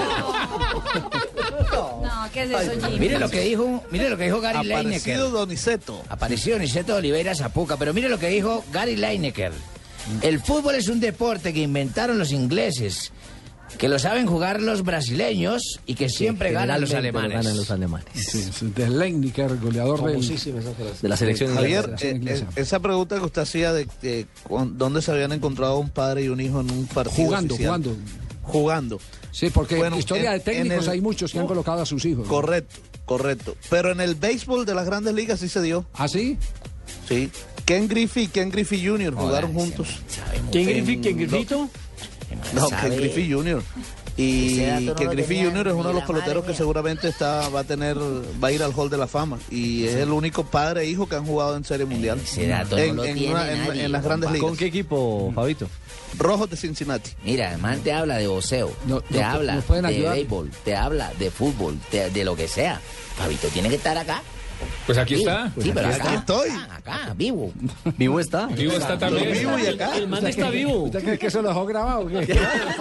No, ¿qué es eso, Jimmy?
Mire lo que dijo Gary Lineker.
Aparecido Donizeto.
Apareció Donizeto de Oliveira Zapuca, pero mire lo que dijo Gary Lineker. El fútbol es un deporte que inventaron los ingleses, que lo saben jugar los brasileños y que siempre ganan los alemanes.
Ganan los alemanes.
Sí, de Lineker, goleador
de la selección
Javier, esa pregunta que usted hacía de dónde se habían encontrado un padre y un hijo en un partido jugando.
Sí, porque en historia de técnicos hay muchos que han colocado a sus hijos.
Correcto. Pero en el béisbol de las Grandes Ligas sí se dio.
¿Ah, sí?
Sí. Ken Griffey y Ken Griffey Jr. jugaron juntos.
¿Quién Griffito?
No, Ken Griffey Jr. Y Ken Griffey Jr. es uno de los peloteros que seguramente va a ir al Hall de la Fama. Y es el único padre e hijo que han jugado en Serie Mundial. En las Grandes Ligas.
¿Con qué equipo, Fabito?
Rojos de Cincinnati.
Mira, el man te habla de boxeo, te habla de béisbol, te habla de fútbol, de lo que sea. Fabito tiene que estar acá.
Pues aquí está.
Sí, pero
aquí estoy.
Acá, vivo.
¿Vivo está?
Vivo está también.
Vivo y acá.
El man está vivo.
¿Usted cree que eso lo dejó grabado o qué?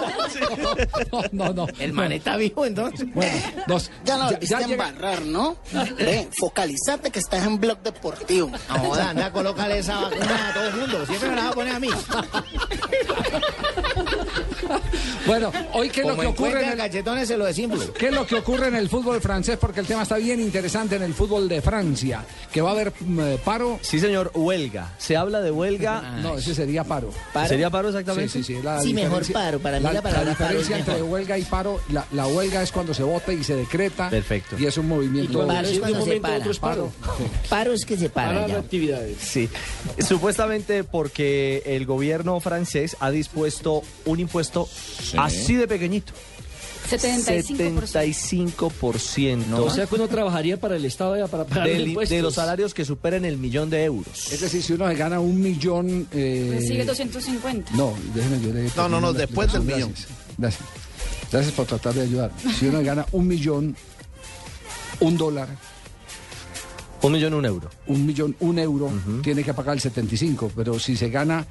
No.
El man está vivo, entonces.
Bueno,
ya lo viste embarrar, ¿no? Focalizate que estás en Blog Deportivo.
No, anda, colócale esa vacuna a todo el mundo. Siempre me la va a poner a mí.
Bueno, hoy qué es lo que ocurre en el
cachetones se lo decimos.
¿Qué es lo que ocurre en el fútbol francés? Porque el tema está bien interesante en el fútbol de Francia, que va a haber paro.
Sí, señor, huelga. Se habla de huelga.
No, ese sería paro.
¿Sería paro exactamente?
Sí, mejor paro. Para mí la palabra
diferencia
paro es
entre
mejor.
huelga y paro, la huelga es cuando se vota y se decreta.
Perfecto.
Y es un movimiento.
Y paro es cuando se para. Paro es que se para ya.
Actividades.
Sí. Supuestamente porque el gobierno francés ha dispuesto un impuesto así de pequeñito. 75%.
No, o sea que uno trabajaría para el Estado ya para pagar impuestos.
De los salarios que superen el $1.000.000 de euros.
Es decir, si uno se gana $1 millón...
Recibe 250.
No, déjeme yo le...
No, después del millón.
Gracias por tratar de ayudar. Si uno gana $1 millón, $1...
$1 millón, €1.
$1 millón, €1, tiene que pagar el 75, pero si se gana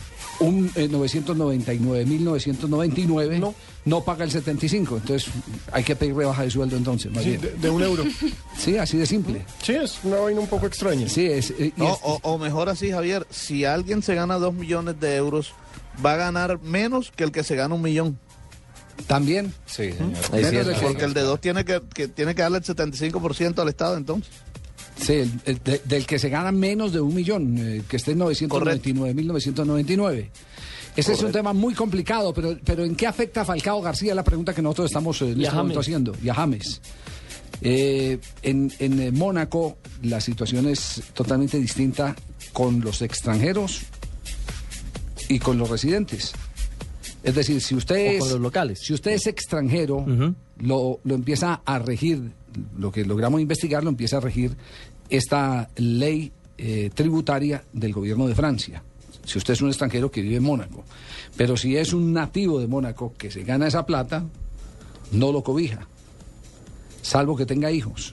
999.999, no paga el 75, entonces hay que pedir rebaja de sueldo entonces, más bien.
De €1.
Sí, así de simple.
Sí, es una vaina un poco extraña.
Sí, es.
O mejor así, Javier, si alguien se gana 2 millones de euros, va a ganar menos que el que se gana 1 millón.
¿También?
Sí, señor. Porque el de 2 tiene que darle el 75% al Estado, entonces.
Sí, del que se gana menos de 1 millón, que esté en 999.999. Ese es un tema muy complicado, pero ¿en qué afecta a Falcao García? La pregunta que nosotros estamos en este momento haciendo. Y a James. En Mónaco la situación es totalmente distinta con los extranjeros y con los residentes. Es decir, si usted es,
con los locales.
Si usted es extranjero, lo empieza a regir, lo que logramos investigar, lo empieza a regir esta ley tributaria del gobierno de Francia. Si usted es un extranjero que vive en Mónaco. Pero si es un nativo de Mónaco que se gana esa plata, no lo cobija, salvo que tenga hijos.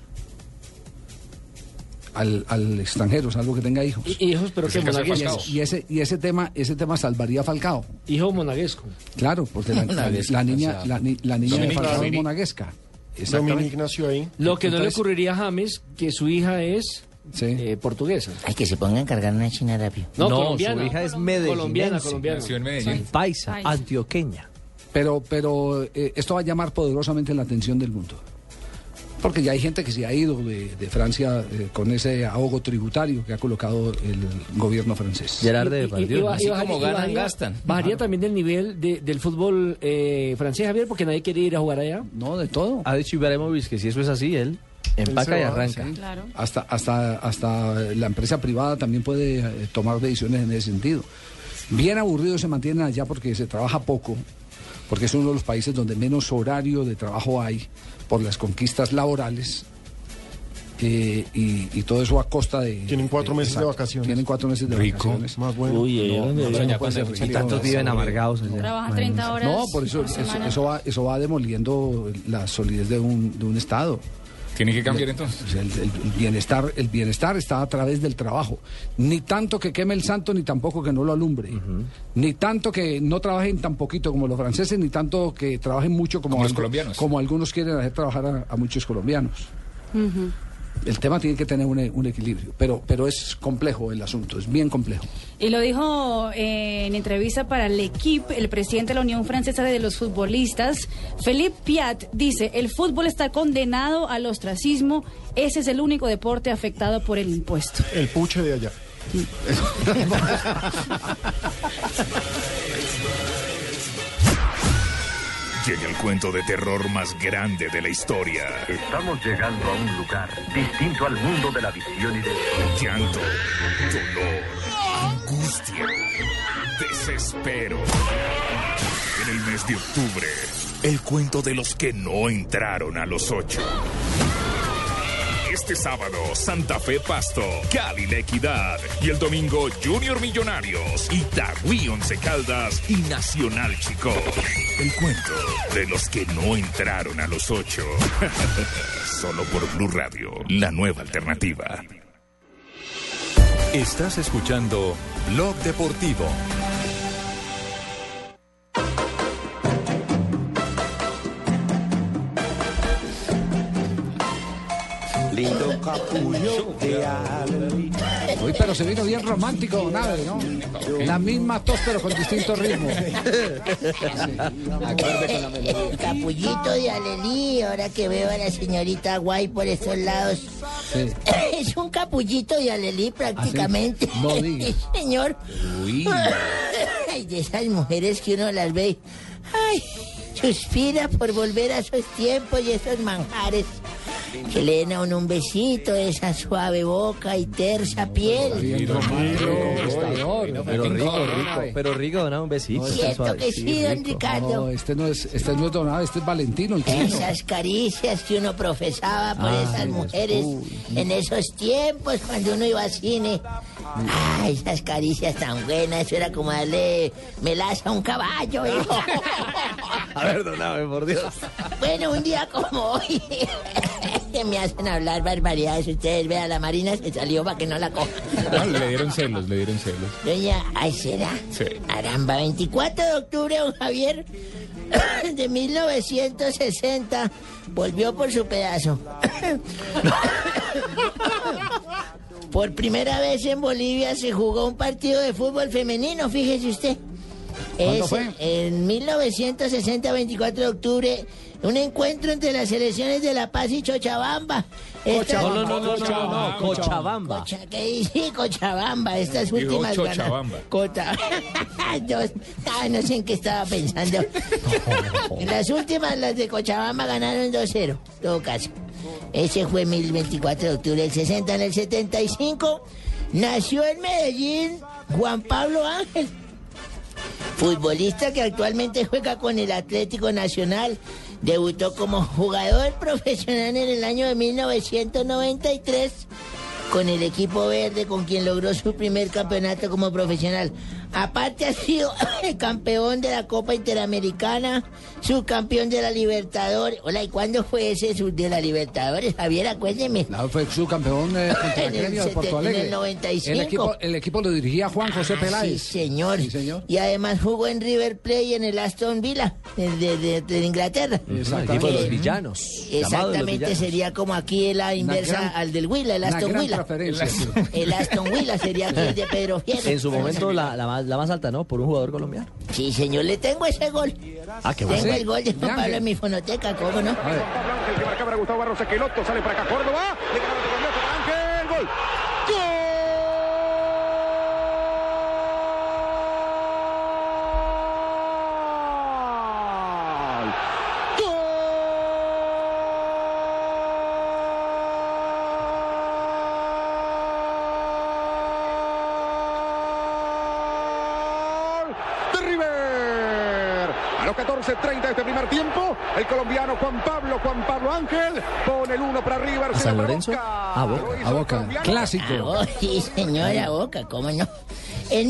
Al extranjero, salvo que tenga hijos.
Hijos, pero que monaguescos.
Y ese tema salvaría a Falcao.
Hijo monaguesco.
Claro, porque la niña de Falcao es monaguesca.
Dominique nació ahí.
Lo que no le ocurriría a James, que su hija es portuguesa.
Ay, que se ponga a encargar una china rápido.
No, colombiana.
Su hija es medellinense.
Colombiana.
Nació en Medellín.
Paisa, antioqueña.
Pero esto va a llamar poderosamente la atención del mundo. Porque ya hay gente que se ha ido de Francia con ese ahogo tributario que ha colocado el gobierno francés.
Gerard Depardieu.
Así como ganan, gastan. ¿Bajaría también el nivel del fútbol francés, Javier? Porque nadie quiere ir a jugar allá.
No, de todo.
Ha dicho Ibrahimovic que si eso es así, él empaca y arranca.
Sí. Claro. Hasta la empresa privada también puede tomar decisiones en ese sentido. Bien aburridos se mantienen allá porque se trabaja poco, porque es uno de los países donde menos horario de trabajo hay por las conquistas laborales, y todo eso a costa de...
Tienen 4 meses de vacaciones.
Tienen 4 meses de vacaciones.
Más bueno.
Uy, y tantos viven amargados.
Trabajan 30 horas.
No, por eso eso va demoliendo la solidez de un Estado.
Tiene que cambiar entonces.
El bienestar está a través del trabajo. Ni tanto que queme el santo, ni tampoco que no lo alumbre. Ni tanto que no trabajen tan poquito como los franceses, ni tanto que trabajen mucho como
los colombianos.
Como algunos quieren hacer trabajar a muchos colombianos. El tema tiene que tener un equilibrio, pero es complejo el asunto, es bien complejo.
Y lo dijo en entrevista para L'Equipe el presidente de la Unión Francesa de los Futbolistas, Philippe Piat, dice: el fútbol está condenado al ostracismo, ese es el único deporte afectado por el impuesto.
El puche de allá.
Llega el cuento de terror más grande de la historia.
Estamos llegando a un lugar distinto al mundo de la visión y del
llanto, dolor, angustia, desespero. En el mes de octubre, el cuento de los que no entraron a los 8. Este sábado, Santa Fe Pasto, Cali La Equidad. Y el domingo, Junior Millonarios, Itagüí Once Caldas y Nacional Chico. El cuento de los que no entraron a los 8. Solo por Blue Radio, la nueva alternativa.
Estás escuchando Blog Deportivo.
Lindo capullo de Alelí. Uy, pero se vino bien romántico, don Abe, ¿no? La misma tos, pero con distintos ritmos.
El capullito de Alelí, ahora que veo a la señorita Guay por estos lados. Sí. Es un capullito de Alelí prácticamente.
¿Ah, sí? No diga.
Señor.
Uy.
Ay, de esas mujeres que uno las ve. Ay, suspira por volver a esos tiempos y esos manjares. Que le den a uno un besito, esa suave boca y tersa piel.
Pero rico, donar un besito.
Siento que sí, don Ricardo.
No, este no es don Abe, este es Valentino.
Esas caricias que uno profesaba por esas mujeres en esos tiempos cuando uno iba al cine. Ay, esas caricias tan buenas, eso era como darle melaza a un caballo.
A ver, don Abe, por Dios.
Bueno, un día como hoy, que me hacen hablar barbaridades. Ustedes vean, la Marina se salió para que no la cojan.
No, le dieron celos.
Doña, ay, ¿será?
Sí.
Caramba, 24 de octubre, don Javier, de 1960, volvió por su pedazo. Por primera vez en Bolivia se jugó un partido de fútbol femenino, fíjese usted.
¿Cuándo fue?
En 1960, 24 de octubre, un encuentro entre las selecciones de La Paz y Cochabamba.
No, Cochabamba.
¿Qué dice Cochabamba? Estas últimas
Cochabamba.
No sé en qué estaba pensando. En las últimas, las de Cochabamba ganaron 2-0, en todo caso. Ese fue el 24 de octubre del 60. En el 75 nació en Medellín Juan Pablo Ángel, futbolista que actualmente juega con el Atlético Nacional. Debutó como jugador profesional en el año de 1993 con el equipo verde, con quien logró su primer campeonato como profesional. Aparte ha sido campeón de la Copa Interamericana, subcampeón de la Libertadores. Hola, ¿y cuándo fue ese de la Libertadores? Javier, acuérdeme.
No, fue subcampeón contra el Gremio de Porto Alegre.
En el 95.
El equipo lo dirigía Juan José Peláez.
Sí, señor. Y además jugó en River Plate y en el Aston Villa, de Inglaterra.
El equipo de los villanos.
Exactamente, sería como aquí la inversa al del Villa, el Aston Villa. El Aston Villa sería aquí el de Pedro Fierro.
En su momento la más la más alta, ¿no? Por un jugador colombiano.
Sí, señor, le tengo ese gol.
Ah, qué bueno.
Tengo el gol de Juan Pablo en mi fonoteca, ¿cómo no?
A ver. El que marcaba era Gustavo Barros Esqueloto, sale para acá Córdoba, le ganó el colombiano para Ángel, gol. A los 14:30 de este primer tiempo, el colombiano Juan Pablo Ángel pone el 1 para arriba.
¿A San Lorenzo?
A Boca. Clásico.
Sí, señora Boca, ¿cómo no? En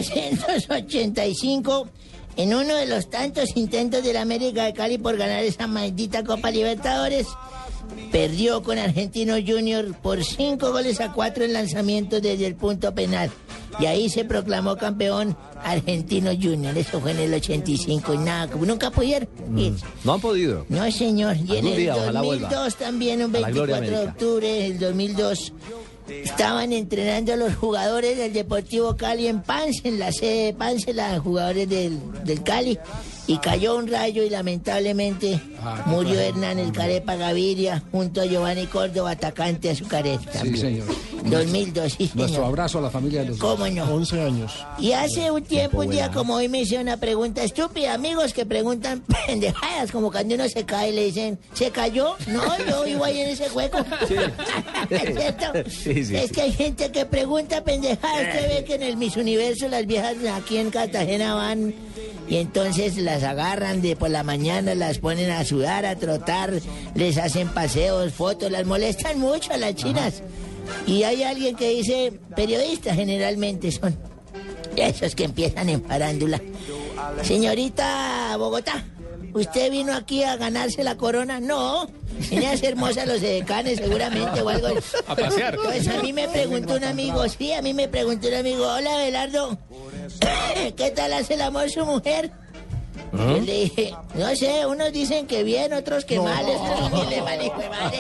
1985, en uno de los tantos intentos del América de Cali por ganar esa maldita Copa Libertadores, perdió con Argentino Junior por 5-4 en lanzamientos desde el punto penal. Y ahí se proclamó campeón Argentino Junior. Eso fue en el 85. Y nada, como nunca pudieron.
No han podido.
No, señor. Y en el
día,
2002 también, un 24 de octubre del 2002, estaban entrenando los jugadores del Deportivo Cali en Pance, en la sede de Pance, los jugadores del Cali, y cayó un rayo y lamentablemente murió Hernán El Carepa Gaviria junto a Giovanni Córdoba, atacante azucareta.
Sí, señor.
2002, sí, señor.
Nuestro abrazo a la familia de los dos.
¿Cómo no?
11 años.
Y hace un tiempo, un día como hoy, me hice una pregunta estúpida. Amigos que preguntan pendejadas, como cuando uno se cae y le dicen, ¿se cayó? No, yo vivo ahí en ese hueco. Sí. ¿Es cierto?
Sí,
es que hay gente que pregunta pendejadas. Usted ve que en el Miss Universo las viejas aquí en Cartagena van y entonces las agarran de por la mañana, las ponen a sudar, a trotar, les hacen paseos, fotos, las molestan mucho a las chinas. Y hay alguien que dice, periodistas generalmente son esos que empiezan en farándula. Señorita Bogotá, ¿usted vino aquí a ganarse la corona? No, vine a hacer hermosa los edecanes seguramente o algo.
A pasear.
Pues a mí me preguntó un amigo, hola Abelardo, ¿qué tal hace el amor su mujer? Yo le dije, no sé, unos dicen que bien, otros que mal, esto es le mal, hijo de madre.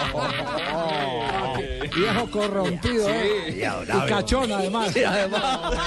Viejo corrompido,
Sí,
y cachón además.
Sí, además.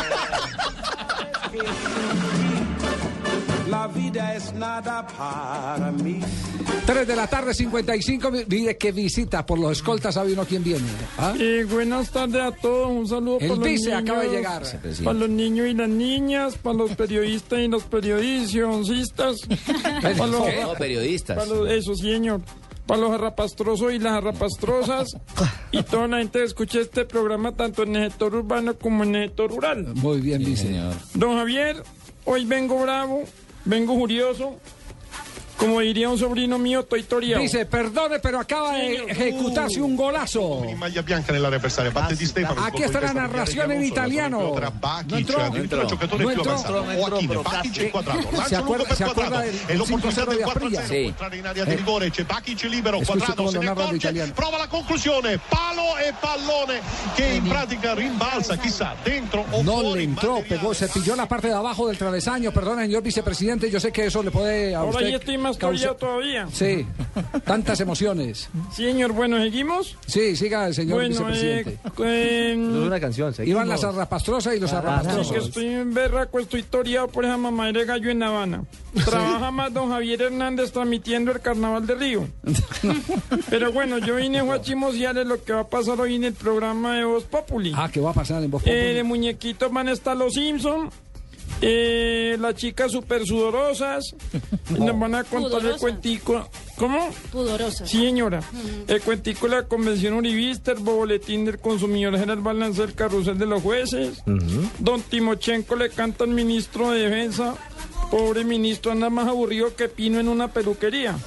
La vida es nada para mí.
3 de la tarde, 55. Mire qué visita por los escoltas, ¿sabe uno quién viene? ¿Ah?
Buenas tardes a todos, un saludo
El
para los
vice
niños.
acaba de llegar.
Para los niños y las niñas, para los periodistas y los periodistas.
No, periodistas.
Eso, señor. Para los arrapastrosos y las arrapastrosas y toda la gente que escucha este programa tanto en el sector urbano como en el sector rural.
Muy bien, vice.
Señor.
Don Javier, hoy vengo bravo, vengo furioso. Como diría un sobrino mío, estoy toreado.
Dice, perdone, pero acaba de ejecutarse un golazo.
Maglia bianca nell'area avversaria, batte Di Stefano.
Aquí está la narración en italiano.
Tra Bakic, addirittura il giocatore più avanzato. Joaquin, Bakic e Quadrato. Lancia lungo per Quadrato. E l'opportunità del 4-0 per entrare in area di rigore. C'è Bakic libero, Quadrato se ne accorge, prova la conclusione, palo e pallone che in pratica rimbalza, chissà, dentro o
No
fuori.
le entró, pegó, se pilló la parte de abajo del travesaño. Perdón, señor vicepresidente, yo sé que eso le puede a
Ahora
usted
ya estoy más
causar-
toreado todavía.
Sí, tantas emociones.
Señor, bueno, ¿seguimos?
Sí, siga, señor vicepresidente.
Eso es una canción.
Iban las arrapastrosas y los
Así que
arrapastrosos.
estoy en berraco, estoy toreado por esa mamadera de gallo en La Habana. Trabaja más don Javier Hernández transmitiendo el Carnaval de Río. Pero bueno, yo vine a chismosearles lo que va a pasar hoy en el programa de Voz Populi.
Ah, ¿qué va a pasar en Voz Populi?
De muñequitos van a estar los Simpson. Las chicas super sudorosas. Nos van a contar el
Pudorosas.
cuentico. ¿Cómo?
Pudorosa.
Sí, señora. El cuentico de la Convención Uribista, el boletín del consumidor, el balance del carrusel de los jueces. Don Timochenko le canta al ministro de Defensa. Pobre ministro, anda más aburrido que Pino en una peluquería.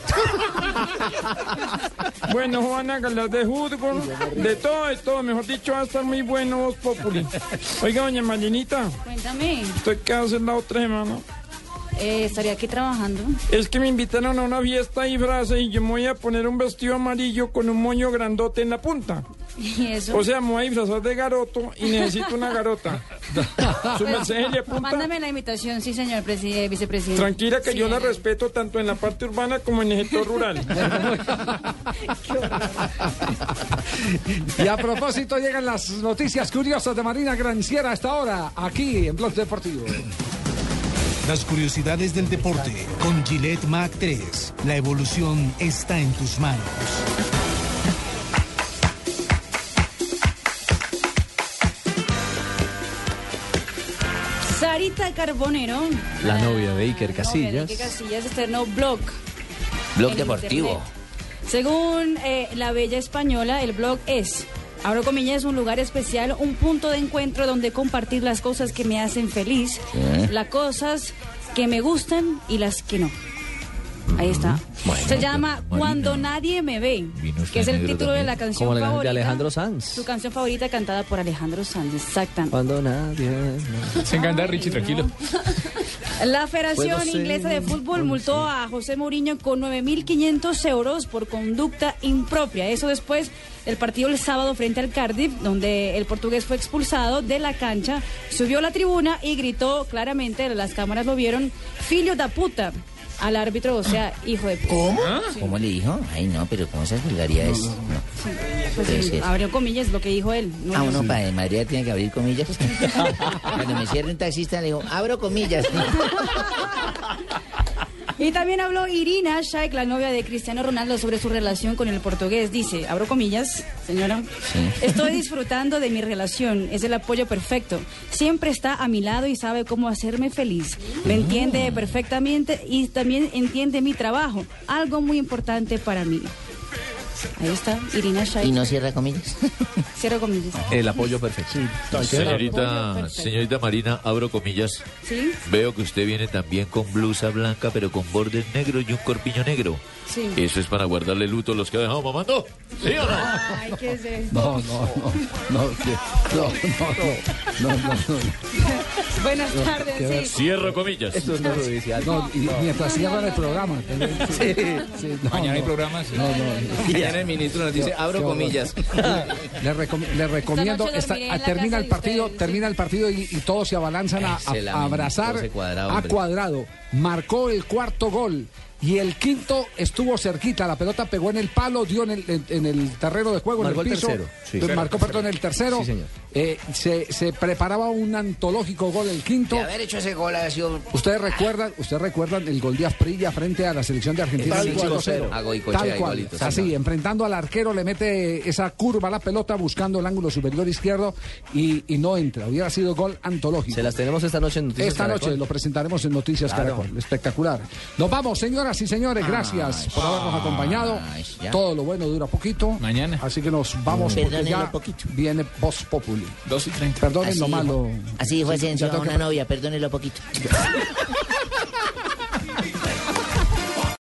Bueno, van a hablar de fútbol, de todo. Mejor dicho, va a estar muy bueno Voz Populi. Oiga, doña Marinita,
Cuéntame.
¿usted qué hace la otra semana?
Estaría aquí trabajando.
Es que me invitaron a una fiesta de disfraces y yo me voy a poner un vestido amarillo con un moño grandote en la punta.
¿Y eso?
O sea, me voy a disfrazar de garoto y necesito una garota. ¿Su merced le apunta?
Mándame la invitación, sí, señor vicepresidente.
Tranquila que
sí,
yo la respeto tanto en la parte urbana como en el sector rural.
Y a propósito, llegan las noticias curiosas de Marina Granciera a esta hora, aquí en Blog Deportivo.
Las curiosidades del deporte con Gillette Mac 3. La evolución está en tus manos.
Sarita Carbonero,
la novia de Iker Casillas.
Iker Casillas estrenó blog
deportivo.
Internet. Según la bella española, el blog es, abro comillas, un lugar especial, un punto de encuentro donde compartir las cosas que me hacen feliz, las cosas que me gustan y las que no. Ahí está.
Bueno,
se llama Cuando Nadie Me Ve, que es el título de la canción
como
favorita.
De Alejandro Sanz.
Su canción favorita cantada por Alejandro Sanz, exactamente.
Cuando nadie...
Se encanta Richie, tranquilo.
La Federación Inglesa de Fútbol multó a José Mourinho con 9.500 euros por conducta impropia. Eso después del partido el sábado frente al Cardiff, donde el portugués fue expulsado de la cancha, subió a la tribuna y gritó claramente, las cámaras lo vieron, filho da puta, al árbitro, o sea, hijo de puta.
¿Cómo?
Sí.
¿Cómo le dijo? Ay, no, pero ¿cómo esas vulgaridades? No.
Sí. Pues abrió comillas lo que dijo él. No,
uno para de Madrid tiene que abrir comillas. Cuando me cierre un taxista le digo, abro comillas.
Y también habló Irina Shayk, la novia de Cristiano Ronaldo, sobre su relación con el portugués. Dice, abro comillas, señora, estoy disfrutando de mi relación, es el apoyo perfecto. Siempre está a mi lado y sabe cómo hacerme feliz. Me entiende perfectamente y también entiende mi trabajo, algo muy importante para mí. Ahí está, Irina Shayk.
¿Y no cierra comillas?
Cierra comillas.
El apoyo perfecto.
Señorita Marina, abro comillas.
¿Sí?
Veo que usted viene también con blusa blanca, pero con bordes negros y un corpiño negro.
Sí.
¿Eso es para guardarle luto a los que ha dejado mamando? ¿Sí o no?
Ay, ¿qué es eso?
No.
Buenas tardes, sí.
Cierro comillas.
Esto es no judicial.
No, y mientras cierran el programa.
Mañana hay programas.
Mañana el ministro nos dice, abro comillas.
Le recomiendo, termina el partido y todos se abalanzan a abrazar a Cuadrado. Marcó el cuarto gol. Y el quinto estuvo cerquita, la pelota pegó en el palo, dio en el terreno de juego,
marcó
en el piso. Marcó el tercero.
Sí, señor.
Se preparaba un antológico gol el quinto.
De haber hecho ese gol ha sido...
¿Ustedes recuerdan el gol de Asprilla frente a la selección de Argentina?
5-0.
Tal cual. Así, enfrentando al arquero, le mete esa curva a la pelota buscando el ángulo superior izquierdo y no entra. Hubiera sido gol antológico.
Se las tenemos esta noche en Noticias
Esta
Caracol.
noche lo presentaremos en Noticias Caracol. Espectacular. Nos vamos, señoras y señores. Gracias por habernos acompañado. Todo lo bueno dura poquito.
Mañana.
Así que nos vamos porque ya viene Voz Populi.
2:30.
Perdonen lo malo.
Así fue, una novia, perdónenlo poquito.